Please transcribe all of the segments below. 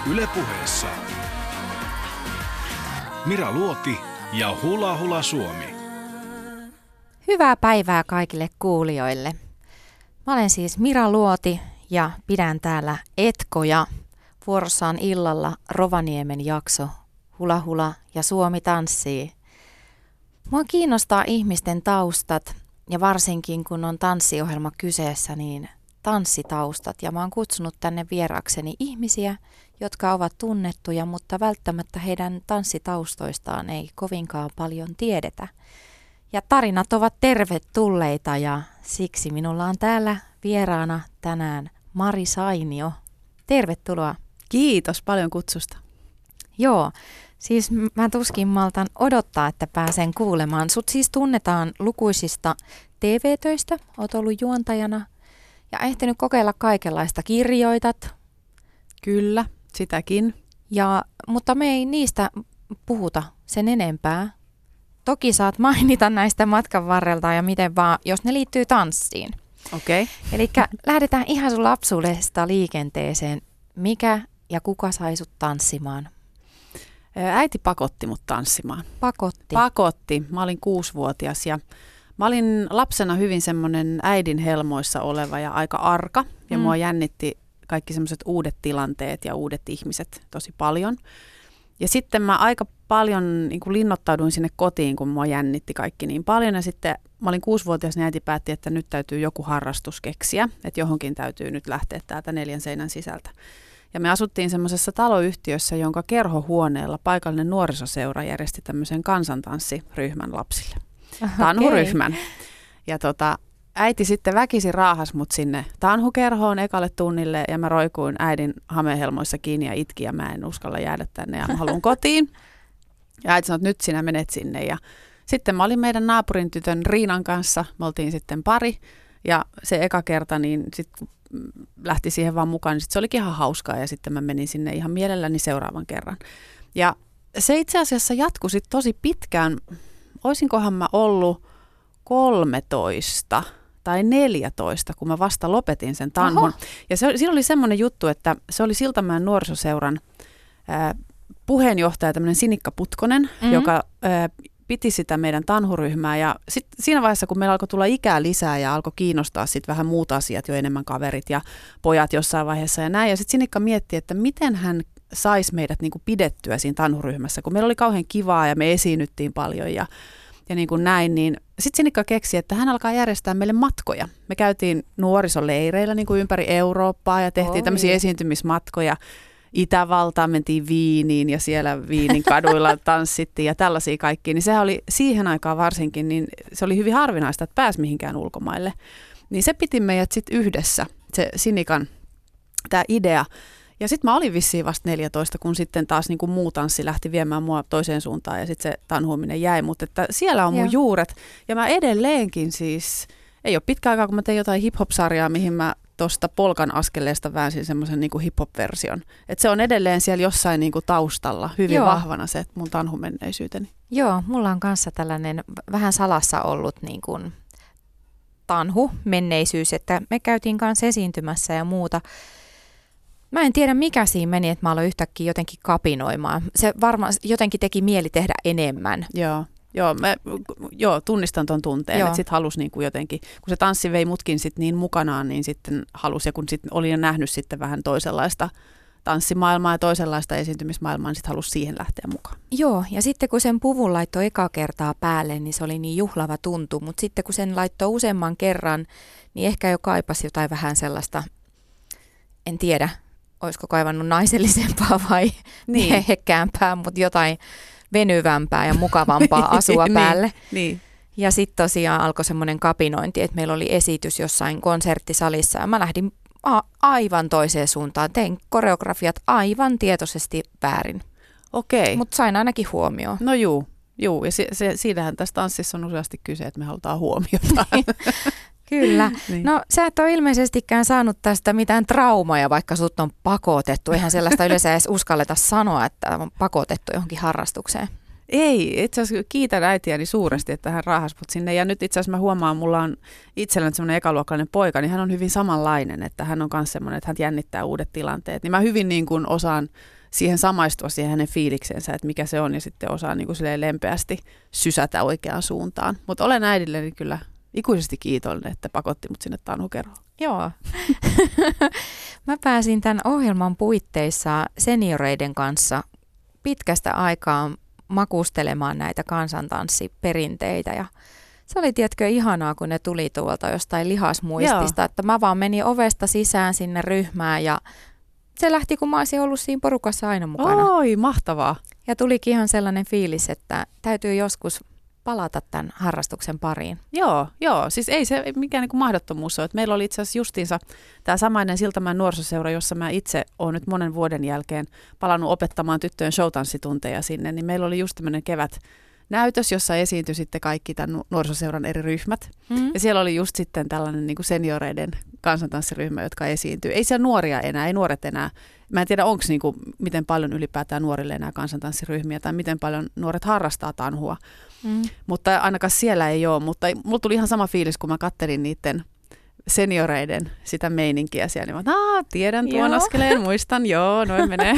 Yle Puheessa Mira Luoti ja Hula Hula Suomi. Hyvää päivää kaikille kuulijoille. Mä olen siis Mira Luoti ja pidän täällä Etkoja. Vuorossa on illalla Rovaniemen jakso Hula Hula ja Suomi tanssii. Mua kiinnostaa ihmisten taustat ja varsinkin kun on tanssiohjelma kyseessä, niin tanssitaustat. Ja mä oon kutsunut tänne vierakseni ihmisiä, jotka ovat tunnettuja, mutta välttämättä heidän tanssitaustoistaan ei kovinkaan paljon tiedetä. Ja tarinat ovat tervetulleita ja siksi minulla on täällä vieraana tänään Mari Sainio. Tervetuloa. Kiitos paljon kutsusta. Joo, siis mä tuskin maltan odottaa, että pääsen kuulemaan. Sut siis tunnetaan lukuisista TV-töistä, oot ollut juontajana ja ehtinyt kokeilla kaikenlaista, kirjoitat. Kyllä, sitäkin. Mutta me ei niistä puhuta sen enempää. Toki saat mainita näistä matkan varrelta ja miten vaan, jos ne liittyy tanssiin. Okei. Eli lähdetään ihan sun lapsuudesta liikenteeseen. Mikä ja kuka sai sut tanssimaan? Äiti pakotti mut tanssimaan. Pakotti. Mä olin 6-vuotias ja mä olin lapsena hyvin semmoinen äidin helmoissa oleva ja aika arka. Ja mua jännitti kaikki semmoiset uudet tilanteet ja uudet ihmiset tosi paljon. Ja sitten mä aika paljon niin kuin linnoittauduin sinne kotiin, kun mua jännitti kaikki niin paljon. Ja sitten mä olin 6-vuotias, niin äiti päätti, että nyt täytyy joku harrastus keksiä. Että johonkin täytyy nyt lähteä täältä 4 seinän sisältä. Ja me asuttiin semmoisessa taloyhtiössä, jonka kerhohuoneella paikallinen nuorisoseura järjesti tämmöisen kansantanssiryhmän lapsille. Tanhuryhmän. Ja äiti sitten väkisin raahasi mut sinne tanhukerhoon ekalle tunnille ja mä roikuin äidin hamehelmoissa kiinni ja itkin ja mä en uskalla jäädä tänne ja mä haluan kotiin. Ja äiti sanoi, että nyt sinä menet sinne ja sitten mä olin meidän naapurin tytön Riinan kanssa, me oltiin sitten pari ja se eka kerta niin sitten lähti siihen vaan mukaan, niin sit se olikin ihan hauskaa ja sitten mä menin sinne ihan mielelläni seuraavan kerran. Ja se itse asiassa jatkui sitten tosi pitkään, oisinkohan mä ollut 13 tai 14, kun mä vasta lopetin sen tanhun. Oho. Ja siinä oli semmoinen juttu, että se oli Siltamäen nuorisoseuran puheenjohtaja, tämmöinen Sinikka Putkonen, joka piti sitä meidän tanhuryhmää. Ja sitten siinä vaiheessa, kun meillä alkoi tulla ikää lisää ja alkoi kiinnostaa sitten vähän muut asiat, jo enemmän kaverit ja pojat jossain vaiheessa ja näin. Ja sitten Sinikka mietti, että miten hän saisi meidät niinku pidettyä siinä tanhuryhmässä, kun meillä oli kauhean kivaa ja me esiinnyttiin paljon ja niin kuin näin, niin sitten Sinikka keksi, että hän alkaa järjestää meille matkoja. Me käytiin nuorisoleireillä niin kuin ympäri Eurooppaa ja tehtiin tämmöisiä esiintymismatkoja. Itävaltaan mentiin Viiniin ja siellä Viinin kaduilla tanssittiin ja tällaisia kaikkia. Niin sehän oli siihen aikaan varsinkin, niin se oli hyvin harvinaista, että pääsi mihinkään ulkomaille. Niin se piti meidät sitten yhdessä, se Sinikan tämä idea. Ja sitten mä olin vissiin vasta 14, kun sitten taas niin kuin muu tanssi lähti viemään mua toiseen suuntaan ja sitten se tanhuaminen jäi. Mutta että siellä on mun juuret ja mä edelleenkin siis, ei ole pitkä aikaa kun mä tein jotain hip-hop-sarjaa, mihin mä tuosta polkan askeleesta väänsin semmoisen niin kuin hip-hop-version. Että se on edelleen siellä jossain niin kuin taustalla hyvin vahvana se mun tanhumenneisyyteni. Joo, mulla on kanssa tällainen vähän salassa ollut niin kuin tanhumenneisyys, että me käytiin kanssa esiintymässä ja muuta. Mä en tiedä mikä siinä meni, että mä aloin yhtäkkiä jotenkin kapinoimaan. Se varmaan jotenkin teki mieli tehdä enemmän. Joo, tunnistan ton tunteen, että sitten halusi niinku jotenkin, kun se tanssi vei mutkin sit niin mukanaan, niin sitten halusi, ja kun sitten oli jo nähnyt sitten vähän toisenlaista tanssimaailmaa ja toisenlaista esiintymismaailmaa, niin sitten halusi siihen lähteä mukaan. Joo, ja sitten kun sen puvun laittoi eka kertaa päälle, niin se oli niin juhlava tuntu, mutta sitten kun sen laittoi useamman kerran, niin ehkä jo kaipasi jotain vähän sellaista, en tiedä, olisiko kaivannut naisellisempaa vai miehekkäämpää, mutta jotain venyvämpää ja mukavampaa asua päälle. Niin. Ja sitten tosiaan alkoi semmoinen kapinointi, että meillä oli esitys jossain konserttisalissa ja mä lähdin aivan toiseen suuntaan. Tein koreografiat aivan tietoisesti väärin. Okei. Mutta sain ainakin huomioon. No juu, ja siinähän tässä tanssissa on useasti kyse, että me halutaan huomiota. Kyllä. Niin. No sä et ole ilmeisestikään saanut tästä mitään traumaa, vaikka sut on pakotettu. Eihän sellaista yleensä edes uskalleta sanoa, että on pakotettu johonkin harrastukseen. Ei, itse asiassa kiitän äitiäni suuresti, että hän raahasi mut sinne. Ja nyt itse asiassa mä huomaan, mulla on itselläni semmoinen ekaluokkalainen poika, niin hän on hyvin samanlainen, että hän on myös semmoinen, että hän jännittää uudet tilanteet. Niin mä hyvin niin kuin osaan siihen samaistua siihen hänen fiiliksensä, että mikä se on, ja sitten osaa niin kuin silleen lempeästi sysätä oikeaan suuntaan. Mutta olen äidilleni kyllä ikuisesti kiitollinen, että pakotti mut sinne tanhukerhoon. Joo. Mä pääsin tämän ohjelman puitteissa senioreiden kanssa pitkästä aikaa makustelemaan näitä kansantanssiperinteitä ja se oli, tiedätkö, ihanaa, kun ne tuli tuolta jostain lihasmuistista, että mä vaan menin ovesta sisään sinne ryhmään ja se lähti, kun mä olisin ollut siinä porukassa aina mukana. Oi, mahtavaa. Ja tulikin ihan sellainen fiilis, että täytyy joskus palata tämän harrastuksen pariin. Joo, siis ei se mikään niin kuin mahdottomuus ole. Että meillä oli itse asiassa justiinsa tämä samainen Siltamäen nuorisoseura, jossa mä itse olen nyt monen vuoden jälkeen palannut opettamaan tyttöjen showtanssitunteja sinne, niin meillä oli just tämmöinen kevätnäytös, jossa esiintyi sitten kaikki tämän nuorisoseuran eri ryhmät. Ja siellä oli just sitten tällainen niin kuin senioreiden kansantanssiryhmä, jotka esiintyy. Ei siellä nuoria enää, ei nuoret enää. Mä en tiedä, onko niin kuin, miten paljon ylipäätään nuorille enää kansantanssiryhmiä tai miten paljon nuoret harrastaa tanhua. Mutta ainakaan siellä ei ole. Mutta mulla tuli ihan sama fiilis, kun mä kattelin niiden senioreiden sitä meininkiä siellä. Niin mä tiedän tuon askeleen, muistan, noin menee.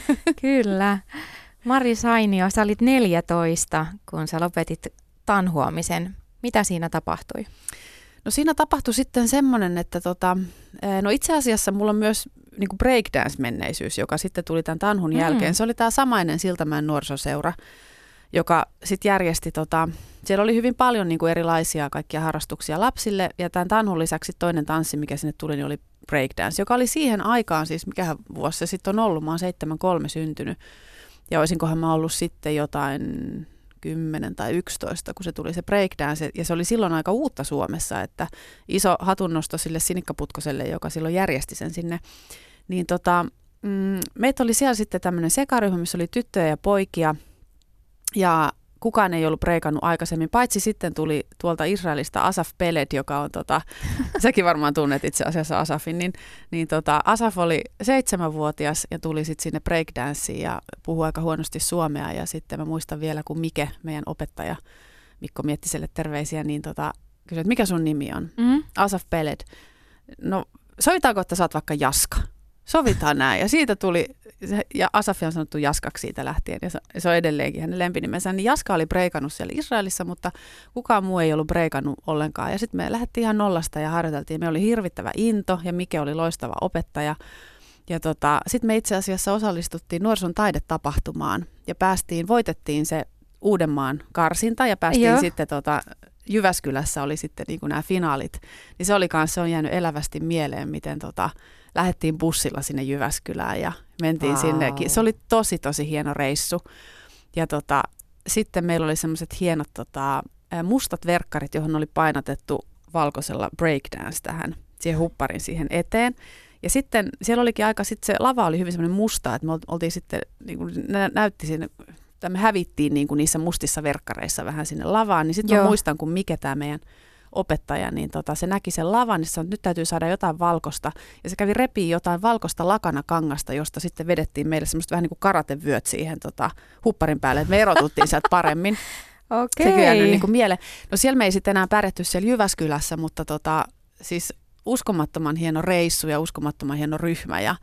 Kyllä. Mari Sainio, sä olit 14, kun sä lopetit tanhuamisen. Mitä siinä tapahtui? No siinä tapahtui sitten semmoinen, että no itse asiassa mulla on myös niin kuin breakdance-menneisyys, joka sitten tuli tämän tanhun jälkeen. Se oli tämä samainen Siltamäen nuorisoseura, joka sitten järjesti, siellä oli hyvin paljon niin kuin erilaisia kaikkia harrastuksia lapsille, ja tämän tanhun lisäksi toinen tanssi, mikä sinne tuli, niin oli breakdance, joka oli siihen aikaan, siis mikähän vuosi se sitten on ollut, mä oon 73 syntynyt, ja olisinkohan mä ollut sitten jotain 10 tai 11, kun se tuli se breakdance, ja se oli silloin aika uutta Suomessa, että iso hatunnosto sille Sinikka Putkoselle, joka silloin järjesti sen sinne, niin meitä oli siellä sitten tämmöinen sekaryhmä, missä oli tyttöjä ja poikia, ja kukaan ei ollut breikannut aikaisemmin, paitsi sitten tuli tuolta Israelista Asaf Peled, joka on, säkin varmaan tunnet itse asiassa Asafin, niin Asaf oli 7-vuotias ja tuli sitten sinne breakdanceen ja puhui aika huonosti suomea, ja sitten mä muistan vielä, kun Mike, meidän opettaja, Mikko Miettiselle terveisiä, niin kysyi, että mikä sun nimi on? Asaf Peled. No sovitaanko, että sä oot vaikka Jaska? Sovitaan näin. Ja siitä tuli, ja Asafia on sanottu Jaskaksi siitä lähtien, ja se on edelleenkin hänen lempinimensä. Niin Jaska oli breikannut siellä Israelissa, mutta kukaan muu ei ollut breikannut ollenkaan. Ja sitten me lähdettiin ihan nollasta ja harjoiteltiin. Me oli hirvittävä into, ja Mike oli loistava opettaja. Ja sitten me itse asiassa osallistuttiin nuorison taidetapahtumaan, ja voitettiin se Uudenmaan karsinta, ja päästiin sitten Jyväskylässä oli sitten niin kuin nämä finaalit. Niin se on jäänyt elävästi mieleen, miten lähdettiin bussilla sinne Jyväskylään ja mentiin sinne. Se oli tosi hieno reissu. Ja sitten meillä oli semmoiset hienot mustat verkkarit, johon oli painatettu valkoisella breakdance tähän, siihen hupparin siihen eteen. Ja sitten siellä olikin se lava oli hyvin semmoinen musta, että me oltiin sitten, niin kuin näytti sinne, me hävittiin niin kuin niissä mustissa verkkareissa vähän sinne lavaan. Niin sitten mä muistan, kun Mike, tämä meidän opettaja, niin se näki sen lavan, niin sanoi, että nyt täytyy saada jotain valkosta. Ja se kävi repii jotain valkoista lakanakangasta, josta sitten vedettiin meille semmoista vähän niin kuin karatevyöt siihen hupparin päälle, että me erotuttiin sieltä paremmin. Okei. Se jäänyt niin kuin mieleen. No siellä me ei sitten enää pärjätty siellä Jyväskylässä, mutta siis uskomattoman hieno reissu ja uskomattoman hieno ryhmä. Ja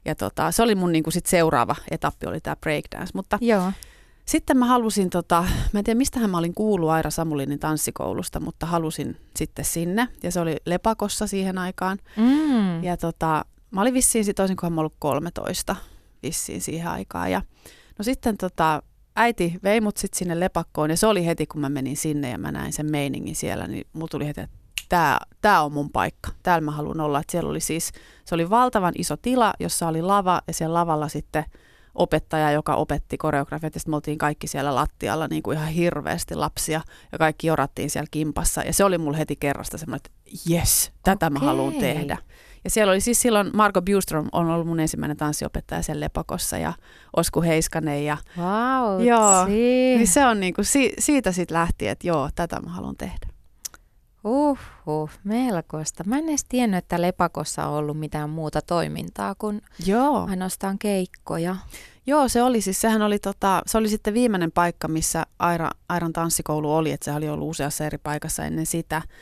se oli mun niin kuin sit seuraava etappi, oli tämä breakdance. Mutta sitten mä halusin, mä en tiedä mistähän mä olin kuullut Aira Samulinin tanssikoulusta, mutta halusin sitten sinne. Ja se oli Lepakossa siihen aikaan. Ja mä olin vissiin, olisinkohan mä ollut 13 vissiin siihen aikaan. Ja no sitten äiti vei mut sitten sinne Lepakkoon, ja se oli heti, kun mä menin sinne ja mä näin sen meiningin siellä, niin mulla tuli heti, että tää on mun paikka. Täällä mä haluan olla. Että siellä oli se oli valtavan iso tila, jossa oli lava, ja siellä lavalla sitten opettaja, joka opetti koreografiat, ja sitten me oltiin kaikki siellä lattialla niin kuin ihan hirveästi lapsia, ja kaikki jorattiin siellä kimpassa, ja se oli mulle heti kerrasta semmoinen, että jes, tätä mä haluan tehdä. Ja siellä oli siis silloin Margo Bjurström on ollut mun ensimmäinen tanssiopettaja siellä Lepakossa, ja Osku Heiskanen, ja niin se on niin kuin siitä sitten lähti, että tätä mä haluan tehdä. Melkoista. Mä en edes tiennyt, että Lepakossa on ollut mitään muuta toimintaa kuin ainoastaan keikkoja. Joo, se oli siis, sehän oli se oli sitten viimeinen paikka, missä Airan tanssikoulu oli, että se oli ollut useassa eri paikassa ennen sitä.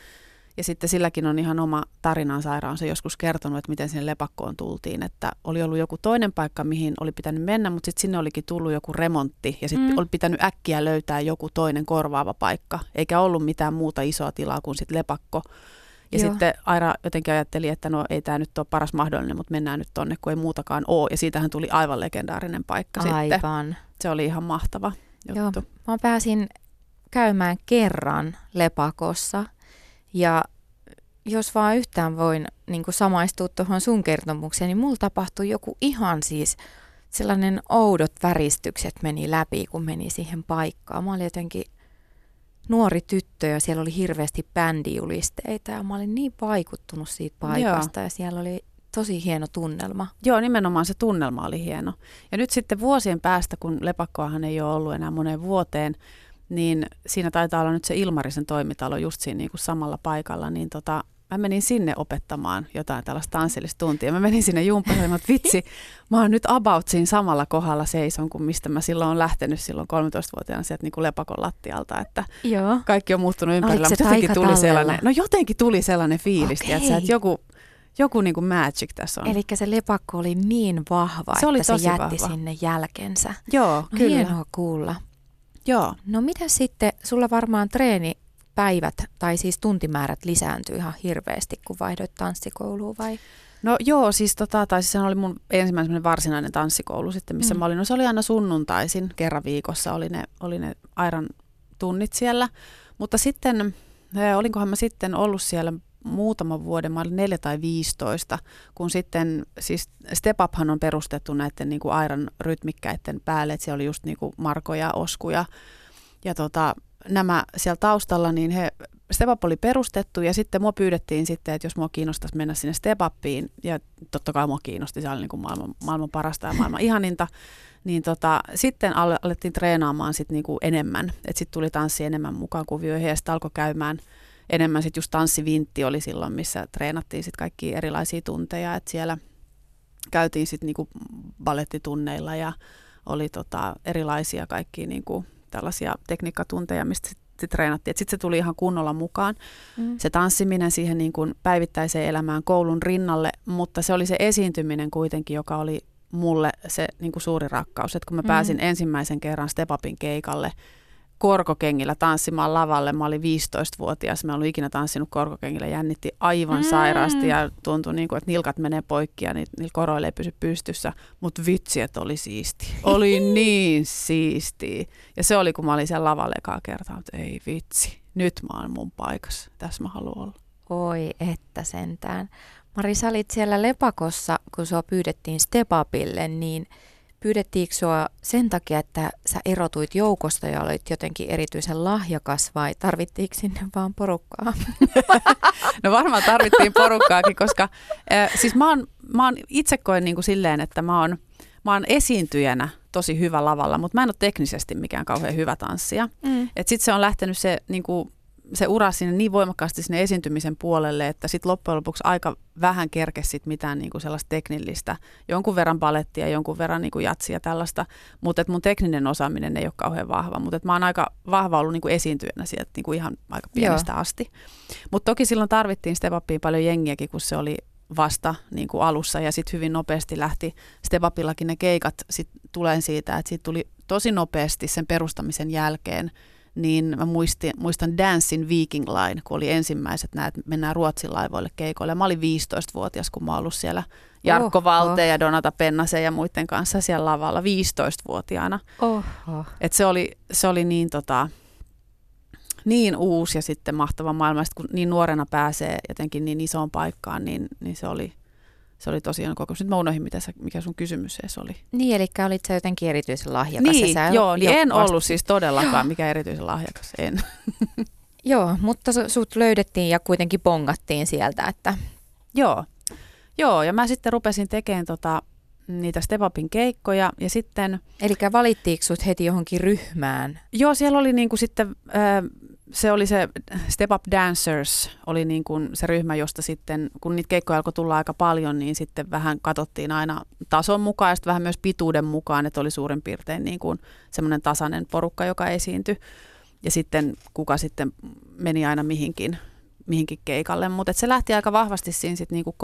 Ja sitten silläkin on ihan oma tarinansa, on se joskus kertonut, että miten sinne Lepakkoon tultiin, että oli ollut joku toinen paikka, mihin oli pitänyt mennä, mutta sitten sinne olikin tullut joku remontti ja sitten oli pitänyt äkkiä löytää joku toinen korvaava paikka, eikä ollut mitään muuta isoa tilaa kuin sitten Lepakko. Ja sitten Aira jotenkin ajatteli, että no ei tämä nyt ole paras mahdollinen, mutta mennään nyt tonne, kun ei muutakaan ole. Ja siitähän tuli aivan legendaarinen paikka sitten. Se oli ihan mahtava juttu. Joo, mä pääsin käymään kerran Lepakossa ja jos vaan yhtään voin niin kuin samaistua tuohon sun kertomukseen, niin mulla tapahtui joku ihan siis sellainen oudot väristykset meni läpi, kun meni siihen paikkaan. Mä olin jotenkin nuori tyttö ja siellä oli hirveästi bändijulisteita ja mä olin niin vaikuttunut siitä paikasta ja siellä oli tosi hieno tunnelma. Joo, nimenomaan se tunnelma oli hieno. Ja nyt sitten vuosien päästä, kun Lepakkoahan ei ole ollut enää moneen vuoteen, niin siinä taitaa olla nyt se Ilmarisen toimitalo just siinä niin kuin samalla paikalla, niin mä menin sinne opettamaan jotain tällaista tanssillista tuntia. Mä menin sinne jumppaan, että vitsi, mä oon nyt about siinä samalla kohdalla seison, kuin mistä mä silloin on lähtenyt silloin 13-vuotiaana sieltä niin kuin Lepakon lattialta, että kaikki on muuttunut ympärillä. Mutta jotenkin tuli sellainen fiilis, että joku niin kuin magic tässä on. Eli se Lepakko oli niin vahva, että se jätti sinne jälkensä. Joo, kyllä. Hienoa kuulla. Joo. No mitä sitten, sulla varmaan treenipäivät tai siis tuntimäärät lisääntyi ihan hirveästi, kun vaihdoit tanssikouluun vai? No joo, siis se oli mun ensimmäinen varsinainen tanssikoulu sitten, missä mä olin. No se oli aina sunnuntaisin, kerran viikossa oli ne Airan tunnit siellä. Mutta sitten, olinkohan mä sitten ollut siellä muutaman vuoden, mä olin 4 tai 15, kun sitten, siis Step Uphan on perustettu näiden niin kuin Airan rytmikkäiden päälle, että siellä oli just niin kuin Marko ja Osku ja nämä siellä taustalla, niin Step Up oli perustettu ja sitten mua pyydettiin sitten, että jos mua kiinnostaisi mennä sinne Step Upiin, ja totta kai mua kiinnosti, se oli niin kuin maailman parasta ja maailman ihaninta, niin sitten alettiin treenaamaan sit niin kuin enemmän, että sitten tuli tanssi enemmän mukaan kuvioihin ja sitten alkoi käymään enemmän sitten just tanssivintti oli silloin, missä treenattiin sitten kaikkia erilaisia tunteja, että siellä käytiin sitten niinku balettitunneilla ja oli erilaisia kaikkia niinku tällaisia tekniikkatunteja, mistä sitten treenattiin. Sitten se tuli ihan kunnolla mukaan, se tanssiminen siihen niinku päivittäiseen elämään koulun rinnalle, mutta se oli se esiintyminen kuitenkin, joka oli mulle se niinku suuri rakkaus, että kun mä pääsin ensimmäisen kerran Step Upin keikalle, korkokengillä tanssimaan lavalle. Mä olin 15-vuotias. Mä en ollut ikinä tanssinut korkokengillä. Jännitti aivan sairaasti ja tuntui niin kuin, että nilkat menee poikki ja niillä koroilla ei pysy pystyssä. Mutta vitsi, että oli siisti. Oli niin siistiä. Ja se oli, kun mä olin siellä lavalla ekaa kertaa. Mutta ei vitsi, nyt mä oon mun paikassa. Tässä mä haluan olla. Oi, että sentään. Mari, sä olit siellä Lepakossa, kun sua pyydettiin Step Upille, niin pyydettiinkö sua sen takia, että sä erotuit joukosta ja olit jotenkin erityisen lahjakas vai tarvittiinko sinne vaan porukkaa? No varmaan tarvittiin porukkaakin, koska siis mä oon itse koen niin kuin silleen, että mä oon esiintyjänä tosi hyvä lavalla, mutta mä en ole teknisesti mikään kauhean hyvä tanssija. Sitten se on lähtenyt se ura sinne niin voimakkaasti sinne esiintymisen puolelle, että sitten loppujen lopuksi aika vähän kerkesi sit mitään niinku sellaista teknillistä, jonkun verran balettia, jonkun verran niinku jatsia tällaista, mutta mun tekninen osaaminen ei ole kauhean vahva, mutta mä oon aika vahva ollut niinku esiintyjänä sieltä niinku ihan aika pienestä asti. Mutta toki silloin tarvittiin Step Upiin paljon jengiäkin, kun se oli vasta niinku alussa ja sitten hyvin nopeasti lähti Step Upillakin ne keikat tulee siitä, että siitä tuli tosi nopeasti sen perustamisen jälkeen. Niin mä muistan Dancing Viking Line, kun oli ensimmäiset että mennään Ruotsin laivoille keikoille. Mä olin 15-vuotias, kun mä ollut siellä Jarkko Valte ja Donata Pennasen ja muiden kanssa siellä lavalla 15-vuotiaana. Et se oli niin uusi ja sitten mahtava maailma. Sitten kun niin nuorena pääsee jotenkin niin isoon paikkaan, niin se oli tosiaan kokemus. Nyt mä unohdin, mikä sun kysymys edes oli. Niin, eli olit sä jotenkin erityisen lahjakas. Niin, en ollut siis todellakaan mikä erityisen lahjakas, en. Joo, mutta sut löydettiin ja kuitenkin bongattiin sieltä, että... Joo, ja mä sitten rupesin tekemään niitä Step Upin keikkoja ja sitten... Eli valittiinko sut heti johonkin ryhmään? Joo, siellä oli niinku sitten... Se oli se Step Up Dancers, oli niin kuin se ryhmä, josta sitten, kun niitä keikkoja alkoi tulla aika paljon, niin sitten vähän katsottiin aina tason mukaan ja sitten vähän myös pituuden mukaan, että oli suurin piirtein niin kuin semmoinen tasainen porukka, joka esiintyi. Ja sitten kuka sitten meni aina mihinkin keikalle. Mutta se lähti aika vahvasti siinä sit niinku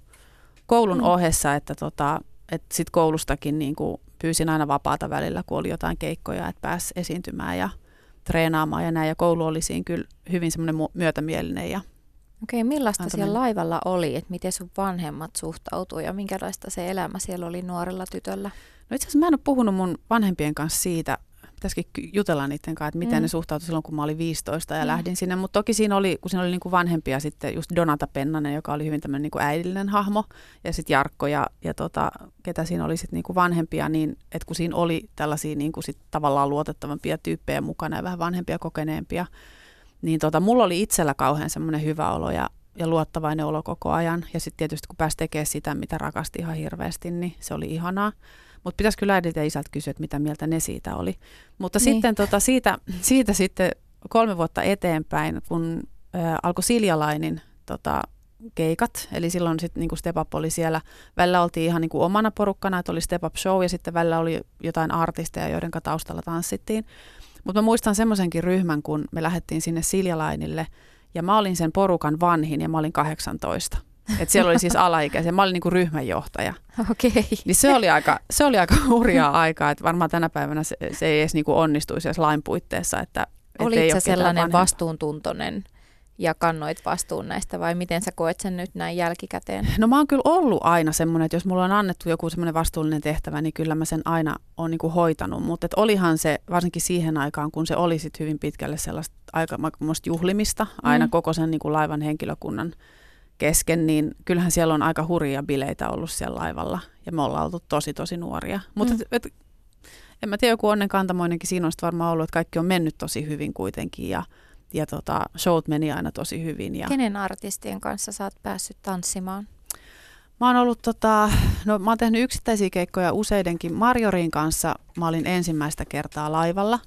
koulun ohessa, että sit koulustakin niinku pyysin aina vapaata välillä, kun oli jotain keikkoja, että pääsi esiintymään ja treenaamaan ja näin. Ja koulu oli siinä kyllä hyvin semmoinen myötämielinen. Okei, millaista siellä laivalla oli, että miten sun vanhemmat suhtautuivat ja minkälaista se elämä siellä oli nuorella tytöllä? No itse asiassa mä en ole puhunut mun vanhempien kanssa siitä, pitäisikin jutella niiden kanssa, että miten ne suhtautui silloin, kun mä olin 15 ja lähdin sinne. Mutta toki siinä oli, kun siinä oli niin kuin vanhempia sitten, just Donata Pennanen, joka oli hyvin tämmöinen niin kuin äidillinen hahmo, ja sitten Jarkko ja ketä siinä oli sitten niin kuin vanhempia, niin että kun siinä oli tällaisia niin kuin sit tavallaan luotettavampia tyyppejä mukana ja vähän vanhempia, kokeneempia, niin mulla oli itsellä kauhean semmoinen hyvä olo ja luottavainen olo koko ajan. Ja sitten tietysti kun pääsi tekemään sitä, mitä rakasti ihan hirveästi, niin se oli ihanaa. Mutta pitäisi kyllä äidiltä ja isältä kysyä, että mitä mieltä ne siitä oli. Mutta niin. Sitten siitä sitten 3 vuotta eteenpäin, kun alkoi Siljalainin keikat, eli silloin sitten niinku Step Up oli siellä, välillä oltiin ihan niinku omana porukkana, että oli Step Up Show ja sitten välillä oli jotain artisteja, joiden taustalla tanssittiin. Mutta mä muistan semmoisenkin ryhmän, kun me lähdettiin sinne Siljalainille ja mä olin sen porukan vanhin ja mä olin 18. Et siellä oli siis alaikäisiä. Mä olin niinku ryhmänjohtaja. Okei. Niin se oli aika hurjaa aikaa, että varmaan tänä päivänä se ei edes niinku onnistuisi edes lain puitteissa. Olitko sä sellainen vastuuntuntoinen ja kannoit vastuun näistä vai miten sä koet sen nyt näin jälkikäteen? No mä oon kyllä ollut aina semmoinen, että jos mulla on annettu joku semmoinen vastuullinen tehtävä, niin kyllä mä sen aina oon niinku hoitanut. Mutta olihan se varsinkin siihen aikaan, kun se oli sit hyvin pitkälle sellaista aikamoista juhlimista, aina koko sen niinku laivan henkilökunnan kesken, niin kyllähän siellä on aika hurjia bileitä ollut siellä laivalla ja me ollaan oltu tosi nuoria. Mutta en mä tiedä, joku onnenkantamoinenkin siinä on varmaan ollut, että kaikki on mennyt tosi hyvin kuitenkin ja showt meni aina tosi hyvin. Ja kenen artistien kanssa sä oot päässyt tanssimaan? Mä oon ollut, mä oon tehnyt yksittäisiä keikkoja useidenkin. Marjorin kanssa mä olin ensimmäistä kertaa laivalla.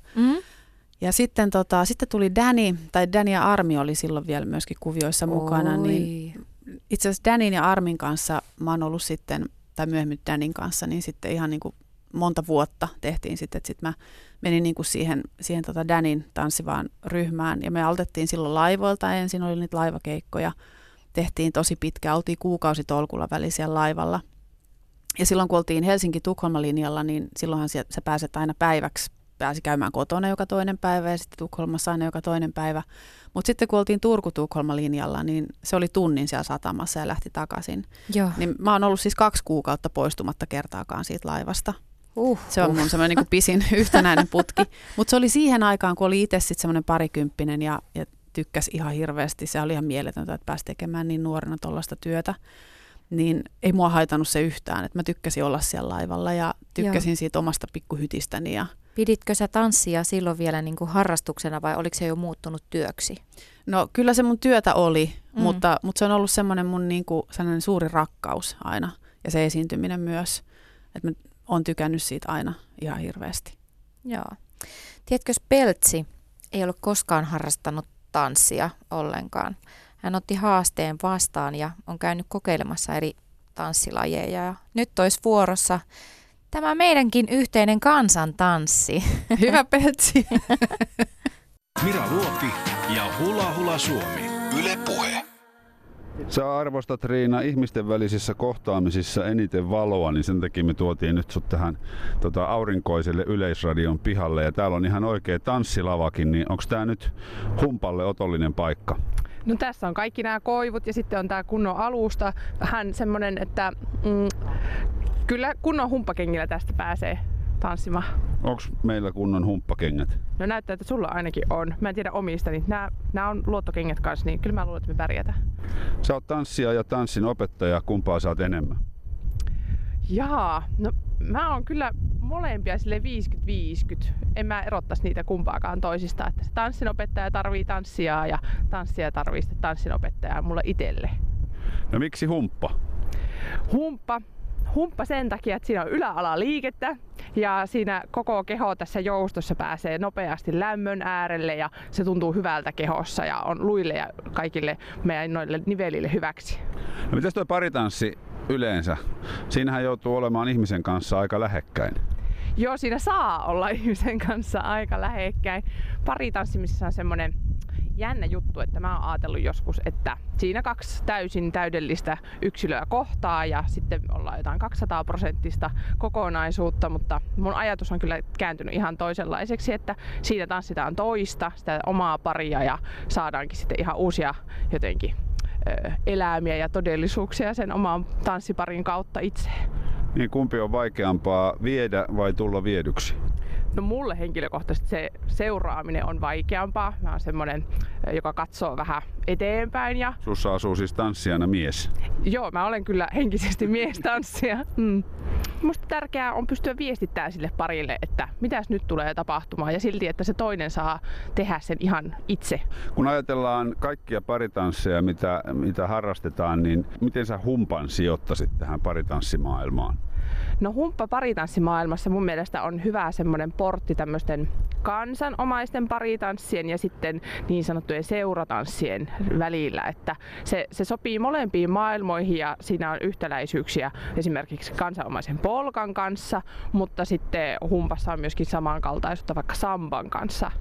Ja sitten tuli Danny ja Armi oli silloin vielä myöskin kuvioissa mukana. Niin itse asiassa Danin ja Armin kanssa mä oon ollut sitten, tai myöhemmin Danin kanssa, niin sitten ihan niin kuin monta vuotta tehtiin sitten, että sitten mä menin niin kuin siihen Danin tanssivaan ryhmään. Ja me aloitettiin silloin laivoilta ensin, oli niitä laivakeikkoja. Tehtiin tosi pitkään, oltiin kuukausitolkulla välissä siellä laivalla. Ja silloin kun oltiin Helsinki-Tukholma-linjalla, niin silloinhan sä pääset aina päiväksi. Pääsi käymään kotona joka toinen päivä ja sitten Tukholmassa aina joka toinen päivä. Mutta sitten kun oltiin Turku-Tukholma-linjalla, niin se oli tunnin siellä satamassa ja lähti takaisin. Joo. Niin mä oon ollut siis 2 kuukautta poistumatta kertaakaan siitä laivasta. Se on mun semmoinen niin pisin yhtenäinen putki. Mutta se oli siihen aikaan, kun oli itse sitten semmoinen parikymppinen ja tykkäsi ihan hirveästi. Se oli ihan mieletöntä, että pääsi tekemään niin nuorena tuollaista työtä. Niin ei mua haitannut se yhtään. Että mä tykkäsin olla siellä laivalla ja tykkäsin siitä omasta pikkuhytistäni. Piditkö sä tanssia silloin vielä niin kuin harrastuksena vai oliko se jo muuttunut työksi? No kyllä se mun työtä oli, mutta se on ollut semmoinen mun niin kuin sellainen suuri rakkaus aina ja se esiintyminen myös. Että mä oon tykännyt siitä aina ihan hirveästi. Joo. Tiedätkö, Peltsi ei ollut koskaan harrastanut tanssia ollenkaan. Hän otti haasteen vastaan ja on käynyt kokeilemassa eri tanssilajeja. Ja nyt olisi vuorossa tämä meidänkin yhteinen kansantanssi. Hyvä Peltsi. Mira Luoti ja Hula Hula Suomi. Yle Puhe. Sä arvostat, Riina, ihmisten välisissä kohtaamisissa eniten valoa, niin sen takia me tuotiin nyt sut tähän aurinkoiselle Yleisradion pihalle. Ja täällä on ihan oikea tanssilavakin, niin onko tää nyt humpalle otollinen paikka? No tässä on kaikki nämä koivut ja sitten on tää kunnon alusta. Vähän semmonen, että kyllä kunnon humppakengillä tästä pääsee tanssimaan. Onko meillä kunnon humppakengät? No näyttää, että sulla ainakin on. Mä en tiedä omista, niin nämä on luottokengät kanssa, niin kyllä mä luulen, että me pärjätään. Sä oot tanssija ja tanssin opettaja. Kumpaa sä oot enemmän? Jaa, no mä oon kyllä molempia sille 50-50. En mä erottaisi niitä kumpaakaan toisista. Että se tanssinopettaja tarvii tanssijaa ja tanssija tarvii sitten tanssinopettajaa mulle itselle. No miksi humppa? Humppa sen takia, että siinä on yläalaliikettä ja siinä koko keho tässä joustossa pääsee nopeasti lämmön äärelle ja se tuntuu hyvältä kehossa ja on luille ja kaikille meidän noille nivelille hyväksi. No mitäs toi paritanssi yleensä? Siinähän joutuu olemaan ihmisen kanssa aika lähekkäin. Joo, siinä saa olla ihmisen kanssa aika lähekkäin. Paritanssimisessa on semmoinen jännä juttu, että mä oon ajatellut joskus, että siinä 2 täysin täydellistä yksilöä kohtaa ja sitten ollaan jotain 200% kokonaisuutta, mutta mun ajatus on kyllä kääntynyt ihan toisenlaiseksi, että siitä tanssitaan toista, sitä omaa paria ja saadaankin sitten ihan uusia jotenkin eläimiä ja todellisuuksia sen oman tanssiparin kautta itse. Niin kumpi on vaikeampaa, viedä vai tulla viedyksi? No mulle henkilökohtaisesti se seuraaminen on vaikeampaa. Mä oon semmonen, joka katsoo vähän eteenpäin. Ja Sussa asuu siis tanssijana mies. Joo, mä olen kyllä henkisesti miestanssija. Musta tärkeää on pystyä viestittämään sille parille, että mitäs nyt tulee tapahtumaan ja silti, että se toinen saa tehdä sen ihan itse. Kun ajatellaan kaikkia paritansseja, mitä harrastetaan, niin miten sä humpan sijoittaisit tähän paritanssimaailmaan? No humppa paritanssimaailmassa mun mielestä on hyvä semmoinen portti tämmöisten kansanomaisten paritanssien ja sitten niin sanottujen seuratanssien välillä, että se sopii molempiin maailmoihin ja siinä on yhtäläisyyksiä esimerkiksi kansanomaisen polkan kanssa, mutta sitten humpassa on myöskin samankaltaisuutta vaikka samban kanssa.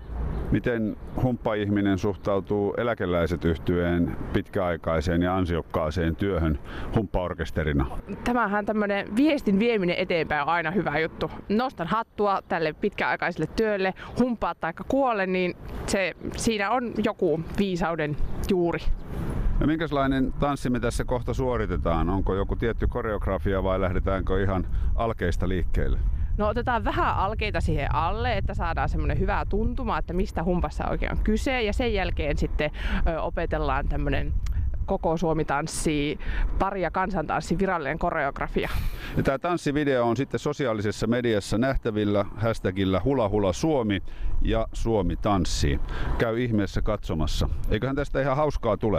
Miten humppa-ihminen suhtautuu eläkeläiset yhtyeen pitkäaikaiseen ja ansiokkaaseen työhön humppaorkesterina? Tämähän tämmöinen viestin vieminen eteenpäin on aina hyvä juttu. Nostan hattua tälle pitkäaikaiselle työlle, humppaa tai kuole, niin siinä on joku viisauden juuri. Ja minkälainen tanssi me tässä kohta suoritetaan? Onko joku tietty koreografia vai lähdetäänkö ihan alkeista liikkeelle? No otetaan vähän alkeita siihen alle, että saadaan semmoinen hyvä tuntuma, että mistä humpassa oikein on kyse. Ja sen jälkeen sitten opetellaan tämmöinen koko Suomi tanssii, pari- ja kansantanssi virallinen koreografia. Ja tämä tanssivideo on sitten sosiaalisessa mediassa nähtävillä hashtagillä Hula Hula Suomi ja Suomi tanssii. Käy ihmeessä katsomassa. Eiköhän tästä ihan hauskaa tule?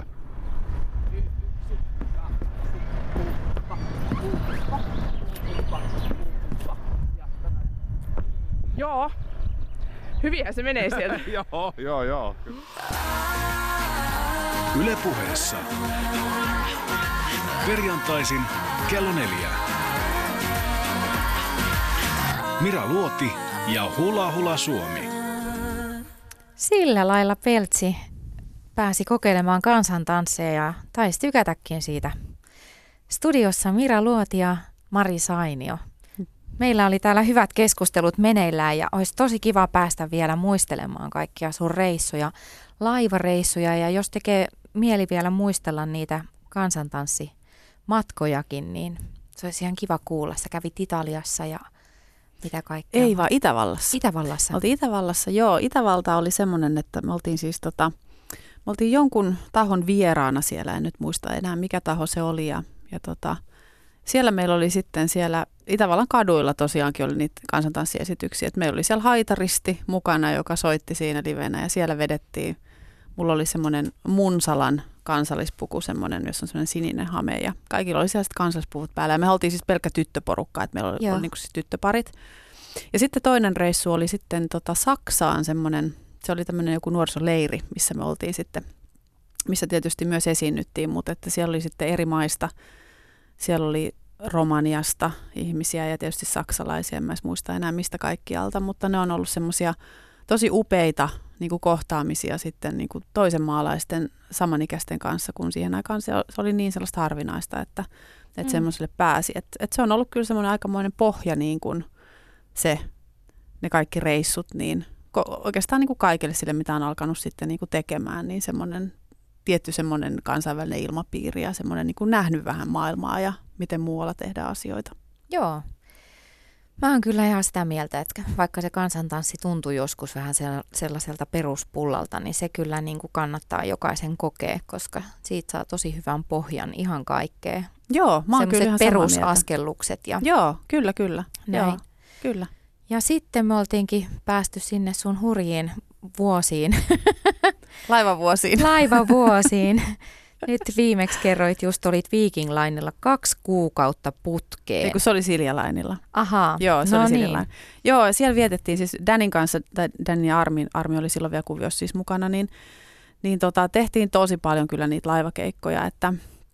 Joo, hyvinhän se menee sieltä. Joo. Yle Puheessa. Perjantaisin kello 4. Mira Luoti ja Hula Hula Suomi. Sillä lailla Peltsi pääsi kokeilemaan kansantansseja ja taisi tykätäkin siitä. Studiossa Mira Luoti ja Mari Sainio. Meillä oli täällä hyvät keskustelut meneillään ja olisi tosi kiva päästä vielä muistelemaan kaikkia sun reissuja, laivareissuja. Ja jos tekee mieli vielä muistella niitä kansantanssimatkojakin, niin se olisi ihan kiva kuulla. Sä kävit Italiassa ja mitä kaikkea. Ei vaan Itävallassa. Itävallassa. Oltiin Itävallassa, joo. Itävalta oli semmoinen, että me oltiin siis me oltiin jonkun tahon vieraana siellä, en nyt muista enää mikä taho se oli ja siellä meillä oli sitten siellä Itävallan kaduilla tosiaankin oli niitä kansantanssiesityksiä. Et meillä oli siellä haitaristi mukana, joka soitti siinä livenä ja siellä vedettiin. Mulla oli semmoinen Munsalan kansallispuku, semmoinen, jossa on semmoinen sininen hame ja kaikilla oli sellaiset kansallispuvut päällä. Ja me oltiin siis pelkkä tyttöporukka, että meillä oli niin kuin siis tyttöparit. Ja sitten toinen reissu oli sitten Saksaan semmoinen, se oli tämmöinen joku nuorisoleiri, missä me oltiin sitten, missä tietysti myös esiinnyttiin, mutta että siellä oli sitten eri maista. Siellä oli Romaniasta ihmisiä ja tietysti saksalaisia, en mä muista enää mistä kaikkialta, mutta ne on ollut semmoisia tosi upeita niin kuin kohtaamisia sitten niin kuin toisen maalaisten samanikäisten kanssa, kun siihen aikaan se oli niin sellaista harvinaista, että semmoiselle pääsi. Et se on ollut kyllä semmoinen aikamoinen pohja niin kuin ne kaikki reissut, niin oikeastaan niin kuin kaikille sille, mitä on alkanut sitten niin kuin tekemään, niin semmoinen tietty semmoinen kansainvälinen ilmapiiri ja semmoinen niin kuin nähnyt vähän maailmaa ja miten muualla tehdään asioita. Joo. Mä oon kyllä ihan sitä mieltä, että vaikka se kansantanssi tuntuu joskus vähän sellaiselta peruspullalta, niin se kyllä niin kuin kannattaa jokaisen kokea, koska siitä saa tosi hyvän pohjan ihan kaikkea. Joo, mä oon kyllä ihan perusaskellukset. Ja joo, kyllä. Näin. Joo, kyllä. Ja sitten me oltiinkin päästy sinne sun hurjiin vuosiin. Laivavuosiin. Nyt viimeksi kerroit, just olit Viking Linella 2 kuukautta putkeen. Ei kun se oli Silja Linella. Ahaa, joo, se oli Silja niin. Line. Joo, siellä vietettiin siis Danin kanssa, tai Dan ja Armi oli silloin vielä kuviossa siis mukana, niin tehtiin tosi paljon kyllä niitä laivakeikkoja, että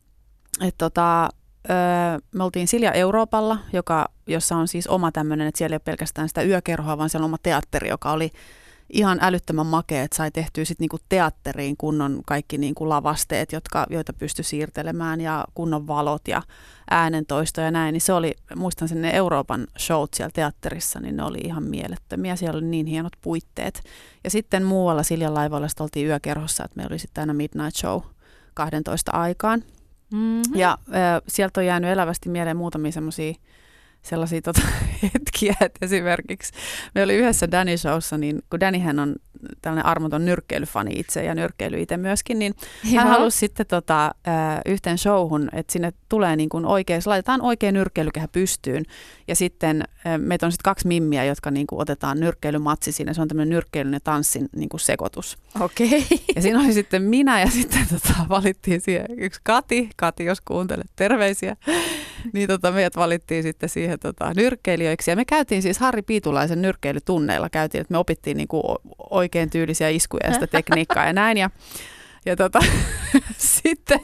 me oltiin Silja Euroopalla, jossa on siis oma tämmöinen, että siellä ei ole pelkästään sitä yökerhoa, vaan siellä on oma teatteri, joka oli ihan älyttömän makea, että sai tehtyä sitten niinku teatteriin kunnon kaikki niinku lavasteet, joita pystyi siirtelemään ja kunnon valot ja äänentoisto ja näin. Niin se oli, muistan sen ne Euroopan showt siellä teatterissa, niin ne oli ihan mielettömiä. Siellä oli niin hienot puitteet. Ja sitten muualla Siljan laivoilla oltiin yökerhossa, että meillä oli sitten aina midnight show 12 aikaan. Mm-hmm. Ja sieltä on jäänyt elävästi mieleen muutamia sellaisia hetkiä, että esimerkiksi me oli yhdessä Danny showssa, niin kun Dannyhän on tällainen armoton nyrkkeilyfani itse ja nyrkkeily itse myöskin, niin hän halusi sitten yhteen showhun, että sinne tulee niin kuin laitetaan oikein nyrkkeilykehä pystyyn ja sitten meitä on sitten 2 mimmiä, jotka niin kuin otetaan nyrkkeilymatsi siinä, se on tämmöinen nyrkkeilyn ja tanssin niin kuin sekoitus. Okei. Ja siinä oli sitten minä ja sitten valittiin siihen yksi Kati, jos kuuntelet, terveisiä. Niin meidät valittiin sitten siihen nyrkkeilijöiksi. Ja me käytiin siis Harri Piitulaisen nyrkkeilytunneilla. Että me opittiin niinku oikein tyylisiä iskuja ja sitä tekniikkaa ja näin. Ja sitten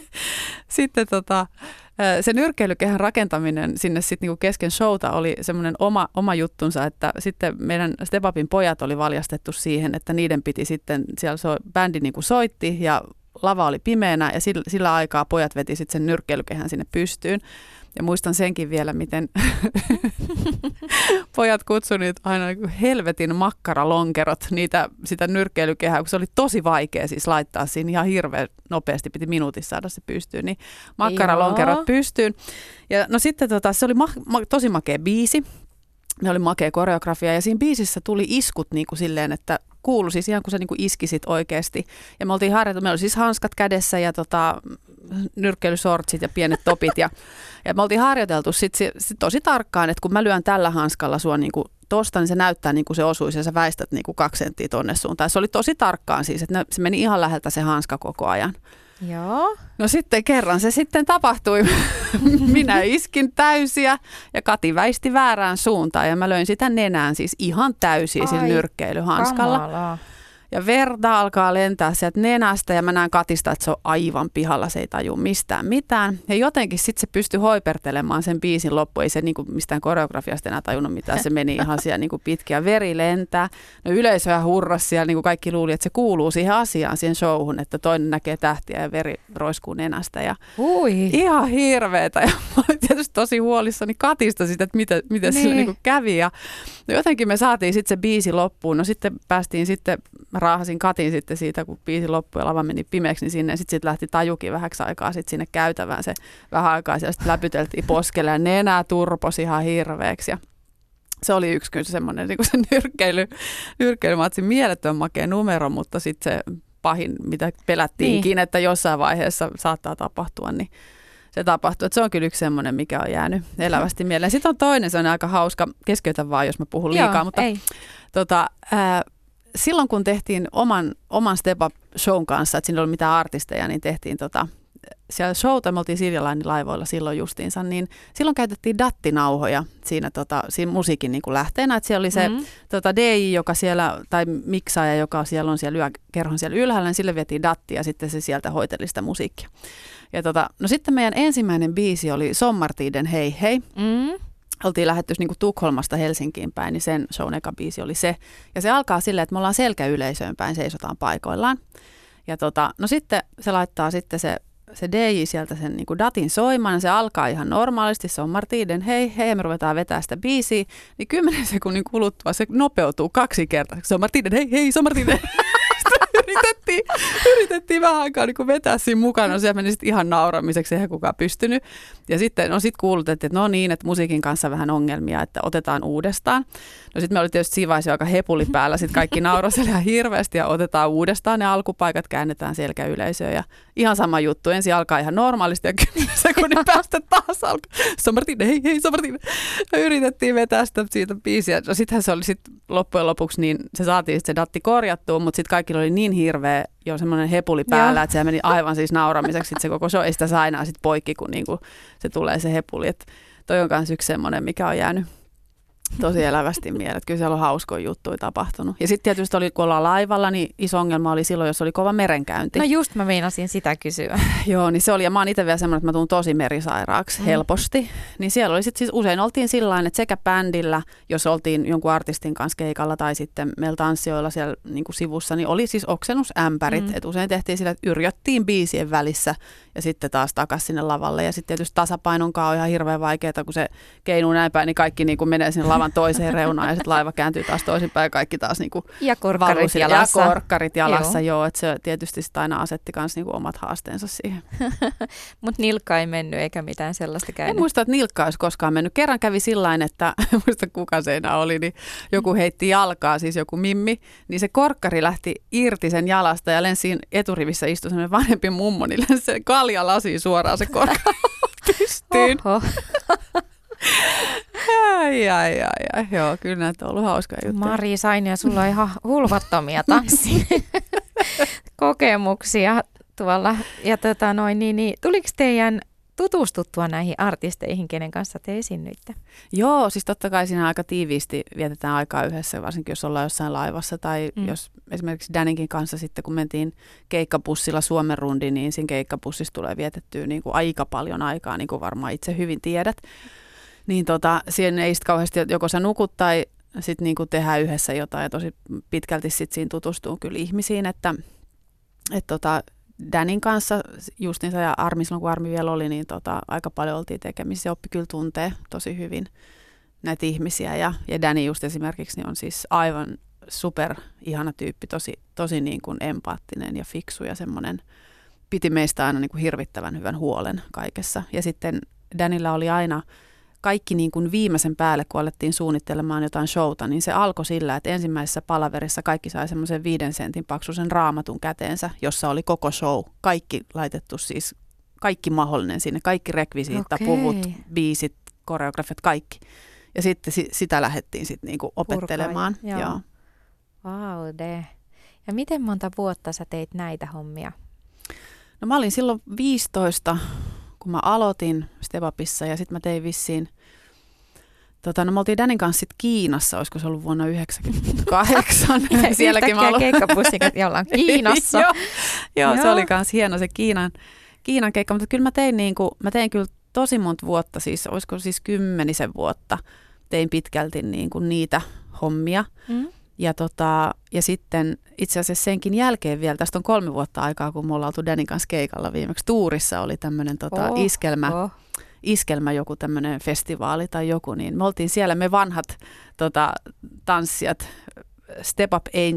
se nyrkkeilykehän rakentaminen sinne sitten niinku kesken showta oli semmoinen oma juttunsa, että sitten meidän Step Upin pojat oli valjastettu siihen, että niiden piti sitten, siellä bändi niinku soitti ja lava oli pimeänä ja sillä aikaa pojat veti sitten sen nyrkkeilykehän sinne pystyyn. Ja muistan senkin vielä, miten pojat kutsuivat niitä aina helvetin makkaralonkerot, sitä nyrkkeilykehää, kun se oli tosi vaikea siis laittaa siinä ihan hirveän nopeasti, piti minuutissa saada se pystyyn, niin makkaralonkerot pystyyn. Ja no sitten se oli tosi makea biisi, me oli makea koreografia ja siinä biisissä tuli iskut niin kuin silleen, että kuului siis ihan kun sä niin kuin iskisit oikeasti. Ja me oltiin harjoiteltu, meillä oli siis hanskat kädessä ja nyrkkeilysortsit ja pienet topit ja me oltiin harjoiteltu sit tosi tarkkaan, että kun mä lyön tällä hanskalla sua niinku tosta, niin se näyttää niin kuin se osuisi ja sä väistät niinku 2 senttiä tonne suuntaan. Se oli tosi tarkkaan siis, että se meni ihan läheltä se hanska koko ajan. Joo. No sitten kerran se sitten tapahtui. Minä iskin täysiä ja Kati väisti väärään suuntaan ja mä löin sitä nenään siis ihan täysiä sillä nyrkkeilyhanskalla. Kamalaa. Ja verta alkaa lentää sieltä nenästä ja mä näen Katista, että se on aivan pihalla, se ei taju mistään mitään. Ja jotenkin sitten se pystyi hoipertelemaan sen biisin loppuun, ei se niinku mistään koreografiasta enää tajunnut mitään, se meni ihan siellä niinku pitkiä, veri lentää. No yleisö ihan hurras siellä, niinku kaikki luuli, että se kuuluu siihen asiaan, siihen showhun, että toinen näkee tähtiä ja veri roiskuu nenästä. Ja ihan hirveetä ja mä olin tietysti tosi huolissani Katista sitä, että mitä sillä niinku kävi. Ja no jotenkin me saatiin sitten se biisi loppuun, no sitten päästiin sitten raahasin Katin sitten siitä, kun biisi loppui ja lava meni pimeäksi, niin sinne sitten lähti tajukin vähäksi aikaa sitten sinne käytävään. Se vähän aikaa siellä sitten läpyteltiin poskelle ja nenä turposi ihan hirveäksi. Ja se oli yksi kyllä semmoinen niin se nyrkkeilymatsin mielettömän makea numero, mutta sitten se pahin, mitä pelättiinkin, että jossain vaiheessa saattaa tapahtua, niin se tapahtui. Että se on kyllä yksi semmoinen, mikä on jäänyt elävästi mieleen. Sitten on toinen, se on aika hauska, keskeytän vaan, jos mä puhun liikaa, mutta silloin kun tehtiin oman Step Up-shown kanssa, että siinä ei ollut mitään artisteja, niin tehtiin siellä showta, me oltiin Siljan laivoilla silloin justiinsa, niin silloin käytettiin dattinauhoja siinä musiikin niin kuin lähteenä, että siellä oli se DJ, joka siellä, tai miksaaja, joka siellä on siellä kerhon siellä ylhäällä, niin sille vietiin datti ja sitten se sieltä hoiteli sitä musiikkia. Ja no sitten meidän ensimmäinen biisi oli Sommartiden Hei Hei. Oltiin lähdetty niin kuin Tukholmasta Helsinkiin päin, niin sen shown eka biisi oli se. Ja se alkaa silleen, että me ollaan selkäyleisöön päin, seisotaan paikoillaan. Ja no sitten se laittaa sitten se DJ sieltä sen niin kuin datin soimaan, ja se alkaa ihan normaalisti, se on Martinen, hei hei, me ruvetaan vetää sitä biisiä, niin 10 sekunnin kuluttua se nopeutuu 2 kertaa. Se on Martinen, hei hei, se on Martinen. Yritettiin vähän aikaa niin vetää siinä mukana, no se meni sitten ihan nauramiseksi, eihän kukaan pystynyt. Ja sitten kuulutettiin, että no niin, että musiikin kanssa vähän ongelmia, että otetaan uudestaan. No sitten me oli tietysti siinä vaiheessa aika hepuli päällä, sitten kaikki naurasivat ihan hirveästi ja otetaan uudestaan, ne alkupaikat käännetään selkäyleisöön ja ihan sama juttu. Ensin alkaa ihan normaalisti ja 10 sekunnin päästä taas alkaa. Sommartinen, hei hei, Sommartinen. Yritettiin vetää sitä siitä biisiä. No sittenhän se oli sitten loppujen lopuksi, niin se saatiin se datti korjattua, mutta sitten kaikilla oli niin hirveä jo semmoinen hepuli päällä, että se meni aivan siis nauramiseksi, että se koko show ei sitä saa enää sit poikki, kun niinku se tulee se hepuli. Et toi on myös yksi semmoinen, mikä on tosi elävästi mieleen. Kyllä siellä on hauskoja juttuja tapahtunut. Ja sitten tietysti kun ollaan laivalla, niin iso ongelma oli silloin, jos oli kova merenkäynti. No just mä meinasin sitä kysyä. Joo, niin se oli. Ja mä oon itse vielä semmoinen, että mä tuun tosi merisairaaksi helposti. Niin siellä oli sitten siis usein oltiin sillain, että sekä bändillä, jos oltiin jonkun artistin kanssa keikalla tai sitten meillä tanssijoilla siellä niin kuin sivussa, niin oli siis oksennusämpärit. Että usein tehtiin sillä, että yrjöttiin biisien välissä ja sitten taas takaisin sinne lavalle. Ja sitten tietysti tasapainonkaan on ihan hirveän vaikeaa, kun se keinuu näin päin, niin kaikki niin kuin menee sinne lavan toiseen reunaan ja sitten laiva kääntyy taas toisinpäin ja kaikki taas niin kuin ja korkkarit jalassa. Ja korkkarit jalassa, joo. Että se tietysti sitä aina asetti myös niin kuin omat haasteensa siihen. Mutta nilkka ei mennyt eikä mitään sellaista käynyt. En muista, että nilkka olisi koskaan mennyt. Kerran kävi sillain, että en muista kuka se enää oli, niin joku heitti jalkaa, siis joku mimmi, niin se korkkari lähti irti sen jalasta ja lensin eturivissä istui sellainen vanhempi mummo, niin se kalja lasi suoraan se korkkari pystyyn. Ai. Joo, kyllä näitä on ollut hauskaa juttuja. Mari Sainio, sulla on ihan hulvattomia tanssikokemuksia tuolla. Ja tuliko teidän tutustuttua näihin artisteihin, kenen kanssa te esiinnyitte? Joo, siis totta kai siinä aika tiiviisti vietetään aikaa yhdessä, varsinkin jos ollaan jossain laivassa tai jos esimerkiksi Daninkin kanssa sitten, kun mentiin keikkabussilla Suomen rundiin, niin siinä keikkabussissa tulee vietettyä niin kuin aika paljon aikaa, niin kuin varmaan itse hyvin tiedät. Niin siihen ei sitten kauheasti, joko sä nukut tai sitten niin kuin tehdään yhdessä jotain ja tosi pitkälti sitten siinä tutustuu kyllä ihmisiin, että Danin kanssa justiinsa ja Armi, silloin kun Armi vielä oli, niin aika paljon oltiin tekemisissä ja oppi kyllä tuntee tosi hyvin näitä ihmisiä. Ja Dani just esimerkiksi niin on siis aivan super ihana tyyppi, tosi niin kuin empaattinen ja fiksu ja semmoinen, piti meistä aina niin kuin hirvittävän hyvän huolen kaikessa. Ja sitten Danilla oli aina kaikki niin kuin viimeisen päälle, kun alettiin suunnittelemaan jotain showta, niin se alkoi sillä, että ensimmäisessä palaverissa kaikki sai semmoisen 5 sentin paksuisen raamatun käteensä, jossa oli koko show. Kaikki laitettu siis, kaikki mahdollinen sinne, kaikki rekvisiitta, puvut, biisit, koreografiat, kaikki. Ja sitten sitä lähdettiin sitten niinku opettelemaan. Joo. Wow, ja miten monta vuotta sä teit näitä hommia? No mä olin silloin 15, kun mä aloitin Step-Upissa ja sitten mä tein vissiin, me oltiin Danin kanssa sitten Kiinassa, olisiko se ollut vuonna 1998. Sielläkin mä olin keikkapussikat, jolla on Kiinassa. Joo, se oli kans hieno se Kiinan keikka, mutta kyllä mä tein kyllä tosi monta vuotta, siis olisiko siis 10 vuotta tein pitkälti niin kuin niitä hommia. Ja sitten itse asiassa senkin jälkeen vielä, tästä on 3 vuotta aikaa, kun me ollaan oltu Danin kanssa keikalla viimeksi. Tuurissa oli tämmöinen iskelmä joku tämmöinen festivaali tai joku, niin me oltiin siellä, me vanhat tanssijat, Step